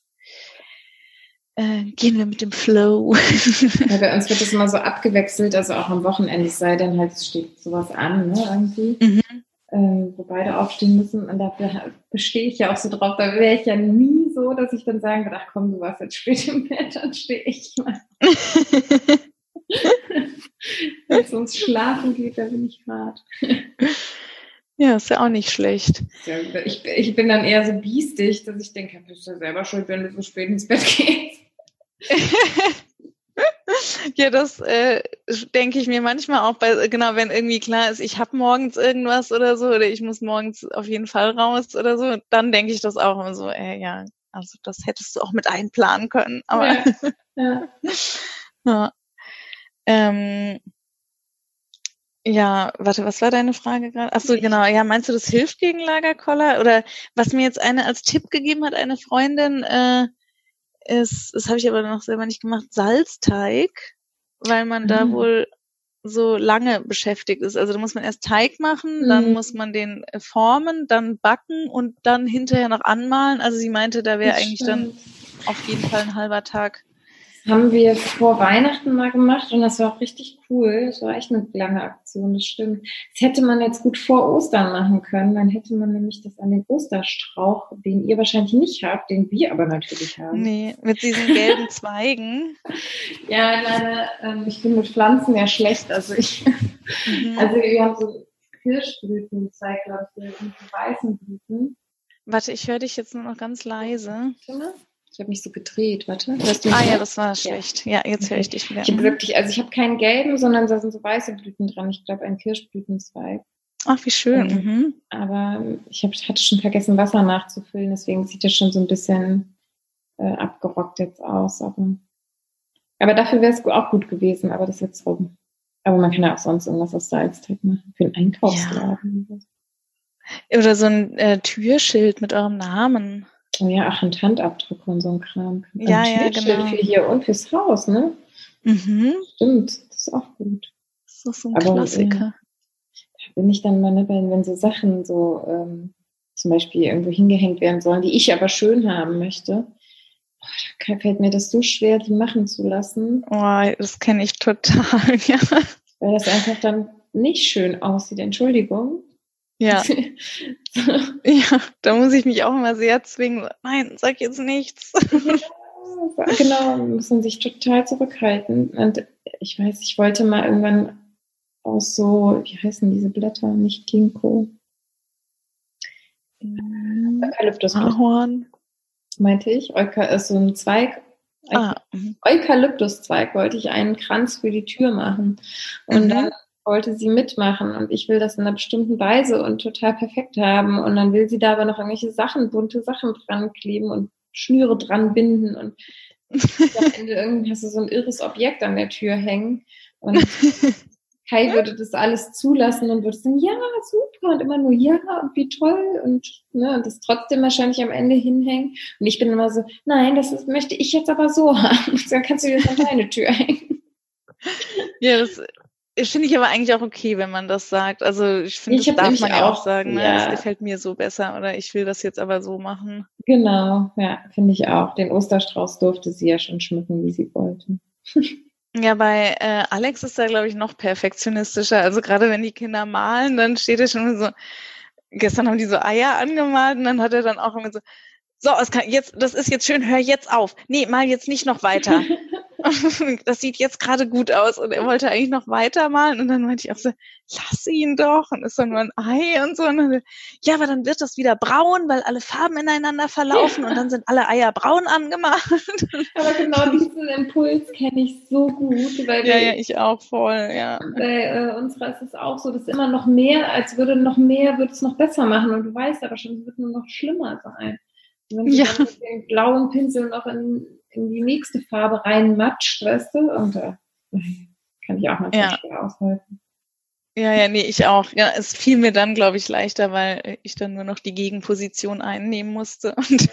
Äh, gehen wir mit dem Flow. Ja, bei uns wird das immer so abgewechselt, also auch am Wochenende, es sei denn halt, es steht sowas an, ne, irgendwie, mhm. äh, wo beide aufstehen müssen und da bestehe ich ja auch so drauf, da wäre ich ja nie so, dass ich dann sagen würde, ach komm, du warst jetzt spät im Bett, dann stehe ich mal. Wenn es ums Schlafen geht, da bin ich hart. Ja, ist ja auch nicht schlecht. Ja, ich, ich bin dann eher so biestig, dass ich denke, du bist ja selber schuld, wenn du so spät ins Bett gehst. Ja, das äh, denke ich mir manchmal auch, bei, genau, wenn irgendwie klar ist, ich habe morgens irgendwas oder so, oder ich muss morgens auf jeden Fall raus oder so, dann denke ich das auch immer so, äh, ja, also das hättest du auch mit einplanen können. Aber ja. ja. ja. Ähm, Ja, warte, was war deine Frage gerade? Ach so, genau. Ja, meinst du, das hilft gegen Lagerkoller? Oder was mir jetzt eine als Tipp gegeben hat, eine Freundin, äh, ist, das habe ich aber noch selber nicht gemacht, Salzteig, weil man mhm. da wohl so lange beschäftigt ist. Also da muss man erst Teig machen, mhm. dann muss man den formen, dann backen und dann hinterher noch anmalen. Also sie meinte, da wäre eigentlich dann auf jeden Fall ein halber Tag. Haben wir vor Weihnachten mal gemacht und das war auch richtig cool. Das war echt eine lange Aktion, das stimmt. Das hätte man jetzt gut vor Ostern machen können. Dann hätte man nämlich das an den Osterstrauch, den ihr wahrscheinlich nicht habt, den wir aber natürlich haben. Nee, mit diesen gelben Zweigen. Ja, leider, ähm, ich bin mit Pflanzen ja schlecht. Also ich, mhm. also wir haben so Kirschblütenzweig, glaube ich, und so weißen Blüten. Warte, ich höre dich jetzt nur noch ganz leise. Ich habe mich so gedreht, warte. Ah ja, das war schlecht. Ja, ja jetzt höre ich dich wieder. Ich habe wirklich, also ich habe keinen gelben, sondern da sind so weiße Blüten dran. Ich glaube, ein Kirschblütenzweig. Ach, wie schön. Ähm, mhm. Aber ich hab, hatte schon vergessen, Wasser nachzufüllen, deswegen sieht das schon so ein bisschen äh, abgerockt jetzt aus. Aber, aber dafür wäre es auch gut gewesen, aber das ist jetzt rum. Aber man kann ja auch sonst irgendwas aus Salzteig machen. Für einen Einkaufsladen. Ja. Oder so ein äh, Türschild mit eurem Namen. Oh ja, ach, und Handabdruck und so ein Kram. Ja, ein ja, genau. Für hier und fürs Haus, ne? Mhm. Stimmt, das ist auch gut. Das ist so ein Aber, Klassiker. Äh, da bin ich dann mal, ne, wenn, wenn so Sachen so ähm, zum Beispiel irgendwo hingehängt werden sollen, die ich aber schön haben möchte, boah, da fällt mir das so schwer, die machen zu lassen. Oh, das kenne ich total, ja. Weil das einfach dann nicht schön aussieht, Entschuldigung. Ja. Ja, da muss ich mich auch immer sehr zwingen. Nein, sag jetzt nichts. Ja, genau, muss man sich total zurückhalten. Und ich weiß, ich wollte mal irgendwann aus so, wie heißen diese Blätter? Nicht Ginkgo. Eukalyptus. Ahorn. Meinte ich. Euka ist so ein Zweig. Ah. Eukalyptuszweig wollte ich einen Kranz für die Tür machen. Und mhm. dann wollte sie mitmachen und ich will das in einer bestimmten Weise und total perfekt haben und dann will sie da aber noch irgendwelche Sachen, bunte Sachen dran kleben und Schnüre dran binden und am Ende irgendwie hast du so ein irres Objekt an der Tür hängen und Kai würde das alles zulassen und würde sagen, ja, super und immer nur ja und wie toll und, ne, und das trotzdem wahrscheinlich am Ende hinhängen und ich bin immer so, nein, das ist, möchte ich jetzt aber so haben. Dann kannst du dir das an deine Tür hängen. Ja, das finde ich aber eigentlich auch okay, wenn man das sagt. Also ich finde, Ich das habe darf nämlich man ja auch auch, sagen, ne? Das ja, gefällt mir so besser oder ich will das jetzt aber so machen. genau, ja, finde ich auch. Den Osterstrauß durfte sie ja schon schmücken, wie sie wollte. Ja, bei äh, Alex ist er, glaube ich, noch perfektionistischer. Also gerade wenn die Kinder malen, dann steht er schon so, gestern haben die so Eier angemalt und dann hat er dann auch immer so, so, es kann jetzt, das ist jetzt schön, hör jetzt auf. Nee, mal jetzt nicht noch weiter. Das sieht jetzt gerade gut aus. Und er wollte eigentlich noch weitermalen. Und dann meinte ich auch so, lass ihn doch. Und ist dann nur ein Ei und so. Und dann, ja, aber dann wird das wieder braun, weil alle Farben ineinander verlaufen. Und dann sind alle Eier braun angemalt. Aber genau diesen Impuls kenne ich so gut. Weil Ja, wir, ja, ich auch voll, ja. Bei äh, unserer ist es auch so, dass immer noch mehr, als würde noch mehr, würde es noch besser machen. Und du weißt aber schon, es wird nur noch schlimmer sein. Und wenn du Ja. dann mit dem blauen Pinsel noch in, in die nächste Farbe reinmatscht, weißt du, und da äh, kann ich auch manchmal Ja. schwer aushalten. Ja, ja, nee, ich auch. Ja, es fiel mir dann, glaube ich, leichter, weil ich dann nur noch die Gegenposition einnehmen musste. Und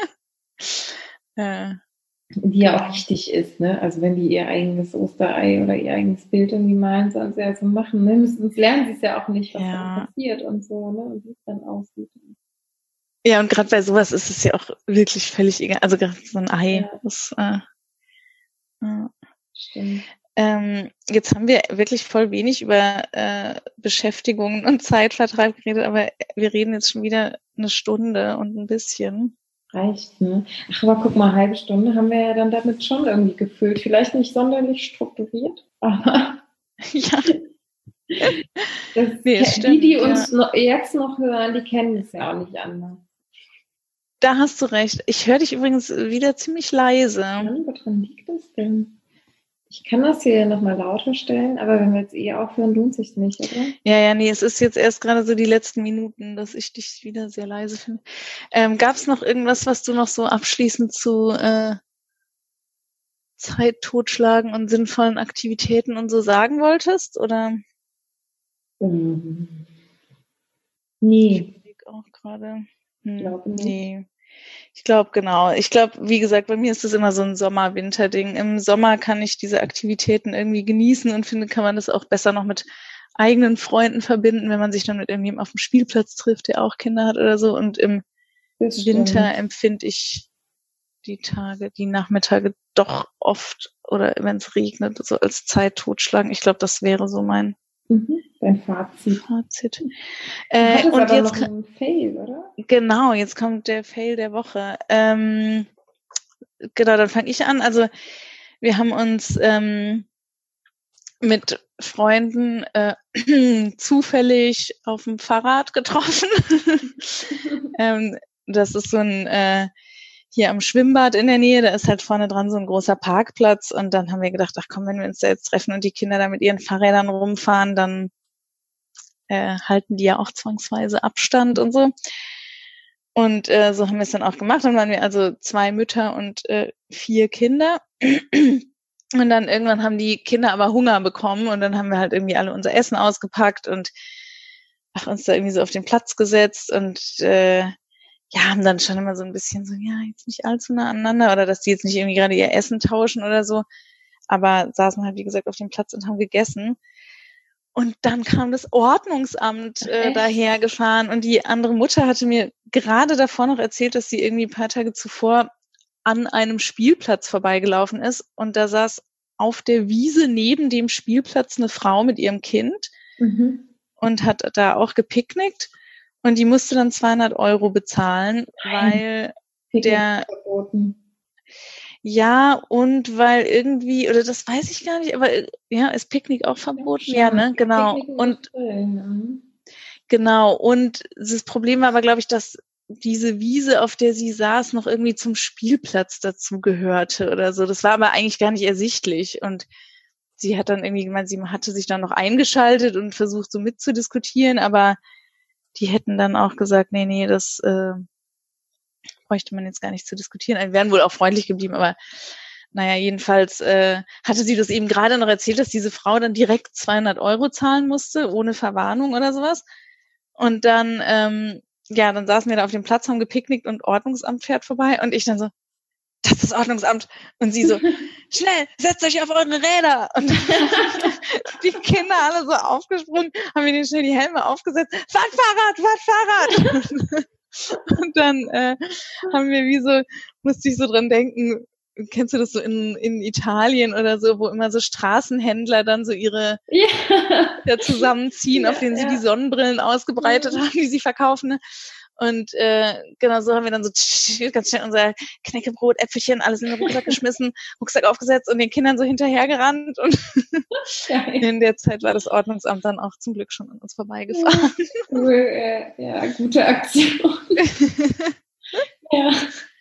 äh, Die ja auch wichtig ist, ne? Also wenn die ihr eigenes Osterei oder ihr eigenes Bild irgendwie malen, sollen sie ja so machen, ne? Sonst lernen sie es ja auch nicht, was Ja. dann passiert und so, ne? Und wie es dann aussieht. ja, und gerade bei sowas ist es ja auch wirklich völlig egal. Also gerade so ein Ei. Ja. Das, äh, ja. Stimmt. Ähm, jetzt haben wir wirklich voll wenig über äh, Beschäftigungen und Zeitvertreib geredet, aber wir reden jetzt schon wieder eine Stunde und ein bisschen. Reicht, ne? Ach, aber guck mal, eine halbe Stunde haben wir ja dann damit schon irgendwie gefüllt. Vielleicht nicht sonderlich strukturiert, aber Ja, das, nee, die, stimmt, die ja. uns noch, jetzt noch hören, die kennen es ja auch nicht anders. Da hast du recht. Ich höre dich übrigens wieder ziemlich leise. Mann, woran liegt das denn? Ich kann das hier nochmal lauter stellen, aber wenn wir jetzt eh aufhören, lohnt sich nicht, oder? Ja, ja, nee, es ist jetzt erst gerade so die letzten Minuten, dass ich dich wieder sehr leise finde. Ähm, Gab es noch irgendwas, was du noch so abschließend zu äh, Zeit totschlagen und sinnvollen Aktivitäten und so sagen wolltest? Oder? Ähm, nee. Ich auch gerade. Hm, glaube nicht. Nee. Ich glaube, genau. Ich glaube, wie gesagt, bei mir ist das immer so ein Sommer-Winter-Ding. Im Sommer kann ich diese Aktivitäten irgendwie genießen und finde, kann man das auch besser noch mit eigenen Freunden verbinden, wenn man sich dann mit irgendjemandem auf dem Spielplatz trifft, der auch Kinder hat oder so. Und im Das Winter stimmt. empfinde ich die Tage, die Nachmittage doch oft oder wenn es regnet, so als Zeit totschlagen. Ich glaube, das wäre so mein Mhm. Dein Fazit. Fazit. Du Äh, hattest und aber jetzt noch einen Fail, oder? Genau, jetzt kommt der Fail der Woche. Ähm, genau, dann fange ich an. Also wir haben uns ähm, mit Freunden äh, zufällig auf dem Fahrrad getroffen. ähm, das ist so ein äh, hier am Schwimmbad in der Nähe, da ist halt vorne dran so ein großer Parkplatz und dann haben wir gedacht, ach komm, wenn wir uns da jetzt treffen und die Kinder da mit ihren Fahrrädern rumfahren, dann äh, halten die ja auch zwangsweise Abstand und so. Und äh, so haben wir es dann auch gemacht. Dann waren wir also zwei Mütter und äh, vier Kinder. Und dann irgendwann haben die Kinder aber Hunger bekommen und dann haben wir halt irgendwie alle unser Essen ausgepackt und ach, uns da irgendwie so auf den Platz gesetzt und äh, ja, haben dann schon immer so ein bisschen so, ja, jetzt nicht allzu nah aneinander oder dass die jetzt nicht irgendwie gerade ihr Essen tauschen oder so. Aber saßen halt, wie gesagt, auf dem Platz und haben gegessen. Und dann kam das Ordnungsamt äh, daher gefahren und die andere Mutter hatte mir gerade davor noch erzählt, dass sie irgendwie ein paar Tage zuvor an einem Spielplatz vorbeigelaufen ist und da saß auf der Wiese neben dem Spielplatz eine Frau mit ihrem Kind Mhm. und hat da auch gepicknickt und die musste dann zweihundert Euro bezahlen, weil Picknick der verboten. ja, und weil irgendwie, oder das weiß ich gar nicht, aber äh, ja, ist Picknick auch verboten? Ja, Schon. ne, genau. Picknicken Und Grillen, ne? genau, und das Problem war aber, glaube ich, dass diese Wiese, auf der sie saß, noch irgendwie zum Spielplatz dazu gehörte oder so. Das war aber eigentlich gar nicht ersichtlich. Und sie hat dann irgendwie gemeint, sie hatte sich dann noch eingeschaltet und versucht so mitzudiskutieren, aber die hätten dann auch gesagt, nee, nee, das äh, bräuchte man jetzt gar nicht zu diskutieren. Also, wir wären wohl auch freundlich geblieben, aber naja, jedenfalls äh, hatte sie das eben gerade noch erzählt, dass diese Frau dann direkt zweihundert Euro zahlen musste, ohne Verwarnung oder sowas. Und dann, ähm, ja, dann saßen wir da auf dem Platz, haben gepicknickt und Ordnungsamt fährt vorbei und ich dann so, das ist Ordnungsamt. Und sie so, schnell, setzt euch auf eure Räder. Und die Kinder alle so aufgesprungen, haben mir schnell die Helme aufgesetzt. Fahrt Fahrrad, fahrt Fahrrad. Und dann äh, haben wir wie so, musste ich so dran denken, kennst du das so in, in Italien oder so, wo immer so Straßenhändler dann so ihre Ja. ja, zusammenziehen, Ja, auf denen sie ja. die Sonnenbrillen ausgebreitet Ja. haben, die sie verkaufen. Ne? Und äh, genau so haben wir dann so tsch, ganz schnell unser Knäckebrot, Äpfelchen, alles in den Rucksack geschmissen, Rucksack aufgesetzt und den Kindern so hinterhergerannt. Und Geil. in der Zeit war das Ordnungsamt dann auch zum Glück schon an uns vorbeigefahren. Cool, äh, ja, gute Aktion. Ja.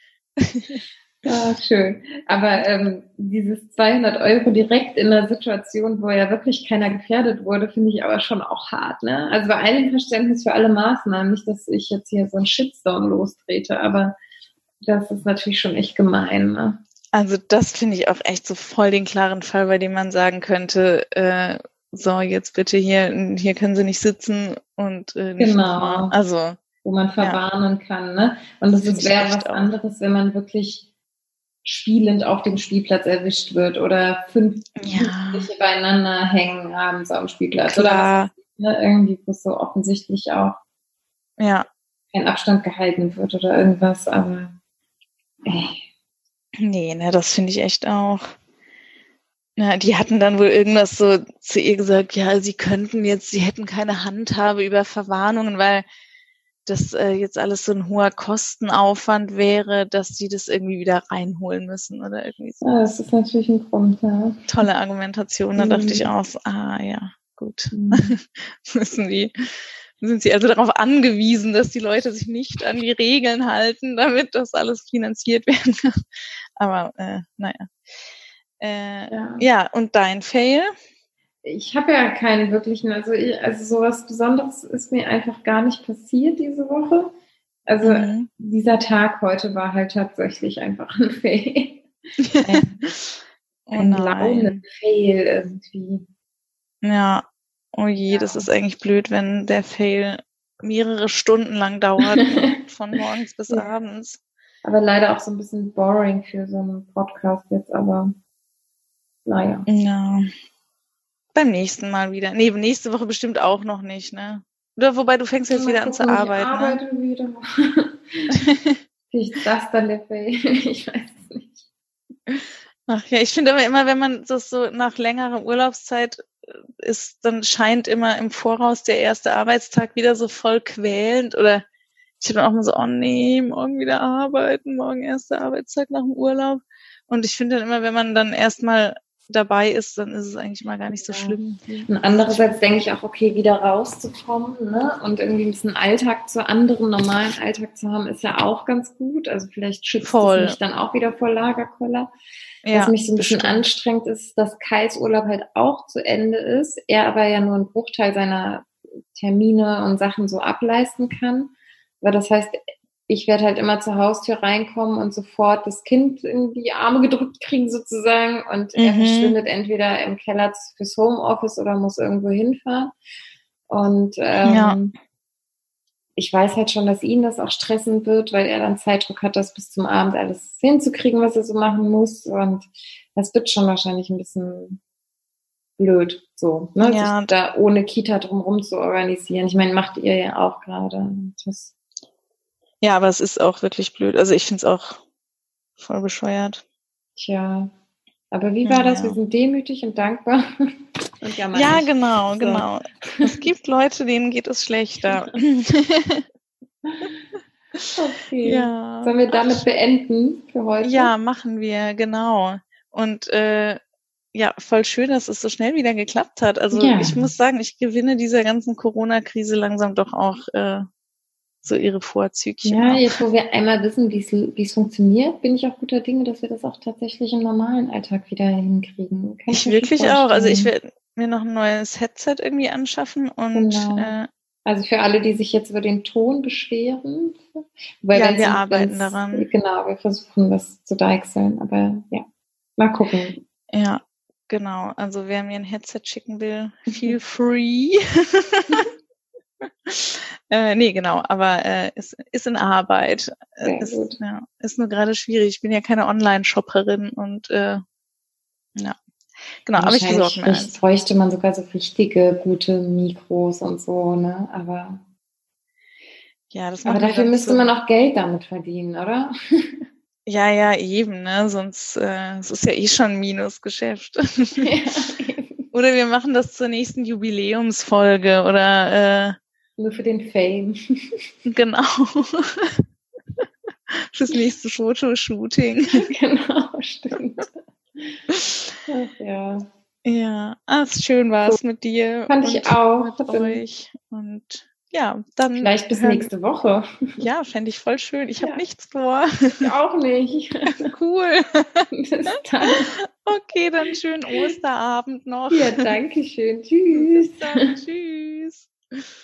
Ah, schön. Aber ähm, dieses zweihundert Euro direkt in einer Situation, wo ja wirklich keiner gefährdet wurde, finde ich aber schon auch hart, ne? Also bei allem Verständnis für alle Maßnahmen, nicht, dass ich jetzt hier so einen Shitstorm lostrete, aber das ist natürlich schon echt gemein, ne? Also das finde ich auch echt so voll den klaren Fall, bei dem man sagen könnte, äh, so jetzt bitte hier, hier können Sie nicht sitzen und äh, nicht Genau. nochmal. Also wo man verwarnen ja. kann, ne? Und das Find ist wäre ich was echt auch. anderes, wenn man wirklich spielend auf dem Spielplatz erwischt wird oder fünf Ja. Jugendliche beieinander hängen abends am Spielplatz Klar. oder was, ne? Irgendwie, wo so offensichtlich auch Ja. kein Abstand gehalten wird oder irgendwas, aber äh. Nee, ne, das finde ich echt auch. Ja, die hatten dann wohl irgendwas so zu ihr gesagt, ja, sie könnten jetzt, sie hätten keine Handhabe über Verwarnungen, weil das äh, jetzt alles so ein hoher Kostenaufwand wäre, dass sie das irgendwie wieder reinholen müssen oder irgendwie so. Ja, das ist natürlich ein Grund, ja. Tolle Argumentation, da Mhm. dachte ich auch, so, ah ja, gut. Mhm. Müssen die, sind sie also darauf angewiesen, dass die Leute sich nicht an die Regeln halten, damit das alles finanziert werden kann. Aber äh, naja. Äh, Ja. ja, und dein Fail? Ich habe ja keinen wirklichen, also ich, also sowas Besonderes ist mir einfach gar nicht passiert diese Woche. Also Mhm. dieser Tag heute war halt tatsächlich einfach ein Fail. Ein, Oh ein nein. Launen-Fail irgendwie. Ja, oh je, Ja. das ist eigentlich blöd, wenn der Fail mehrere Stunden lang dauert, von morgens bis Ja. abends. Aber leider auch so ein bisschen boring für so einen Podcast jetzt, aber naja. Ja. Beim nächsten Mal wieder. Nee, nächste Woche bestimmt auch noch nicht, ne? Oder wobei du fängst jetzt Mal wieder an gucken, zu ich arbeiten, arbeite ne? wieder. Vielleicht ist das dann der Fail, ich weiß es nicht. Ach ja, ich finde aber immer, wenn man das so nach längerer Urlaubszeit ist, dann scheint immer im Voraus der erste Arbeitstag wieder so voll quälend oder ich habe dann auch mal so, oh nee, morgen wieder arbeiten, morgen erster Arbeitstag nach dem Urlaub. Und ich finde dann immer, wenn man dann erstmal dabei ist, dann ist es eigentlich mal gar nicht so Ja. schlimm. Und andererseits denke ich auch, okay, wieder rauszukommen, ne? Und irgendwie ein bisschen Alltag zu anderen normalen Alltag zu haben, ist ja auch ganz gut. Also vielleicht schützt Voll. es mich dann auch wieder vor Lagerkoller. Ja, Was mich so ein bisschen bestimmt. anstrengt, ist, dass Kais Urlaub halt auch zu Ende ist. Er aber ja nur einen Bruchteil seiner Termine und Sachen so ableisten kann. Aber das heißt, ich werde halt immer zur Haustür reinkommen und sofort das Kind in die Arme gedrückt kriegen sozusagen und er Mhm. verschwindet entweder im Keller fürs Homeoffice oder muss irgendwo hinfahren. Und ähm, Ja. ich weiß halt schon, dass ihn das auch stressen wird, weil er dann Zeitdruck hat, das bis zum Abend alles hinzukriegen, was er so machen muss. Und das wird schon wahrscheinlich ein bisschen blöd, so, ne? Ja. Sich da ohne Kita drumherum zu organisieren. Ich meine, macht ihr ja auch gerade. Das Ja, aber es ist auch wirklich blöd. Also ich finde es auch voll bescheuert. Tja, aber wie war Ja. das? Wir sind demütig und dankbar. Und ja, Ja, nicht. genau, So. genau. Es gibt Leute, denen geht es schlechter. Okay. Ja. Sollen wir damit beenden für heute? Ja, machen wir, genau. Und äh, ja, voll schön, dass es so schnell wieder geklappt hat. Also Ja. ich muss sagen, ich gewinne dieser ganzen Corona-Krise langsam doch auch äh, so ihre Vorzügchen. Ja, ab. jetzt wo wir einmal wissen, wie es wie es funktioniert, bin ich auch guter Dinge, dass wir das auch tatsächlich im normalen Alltag wieder hinkriegen. Kann Ich mir wirklich gut auch. Also ich vorstellen. werde mir noch ein neues Headset irgendwie anschaffen und Genau. äh, Also für alle, die sich jetzt über den Ton beschweren. Weil Ja, wenn's- wir arbeiten wenn's- daran. Genau, wir versuchen das zu deichseln, aber ja, mal gucken. ja, genau. Also wer mir ein Headset schicken will, feel free. Äh, nee, genau, aber äh, ist, ist in Arbeit. Äh, ist, gut. ja, ist nur gerade schwierig. Ich bin ja keine Online-Shopperin und äh, ja, genau, aber ich besorge mir eins. Bräuchte man sogar so richtige, gute Mikros und so, ne? Aber, ja, das aber dafür müsste so. man auch Geld damit verdienen, oder? Ja, ja, eben, ne? Sonst äh, es ist ja eh schon ein Minusgeschäft. Ja, oder wir machen das zur nächsten Jubiläumsfolge oder äh, nur für den Fame. Genau. Fürs nächste Fotoshooting. Genau, stimmt. Ach, ja. Ja, ach, schön war es so, mit dir. Fand ich auch. Mit euch. Und ja, dann. Vielleicht bis hören, nächste Woche. Ja, fände ich voll schön. Ich ja. habe nichts vor. Ich auch nicht. Cool. Bis dann. Okay, dann schönen Osterabend noch. Ja, danke schön. Tschüss. Bis dann. Tschüss.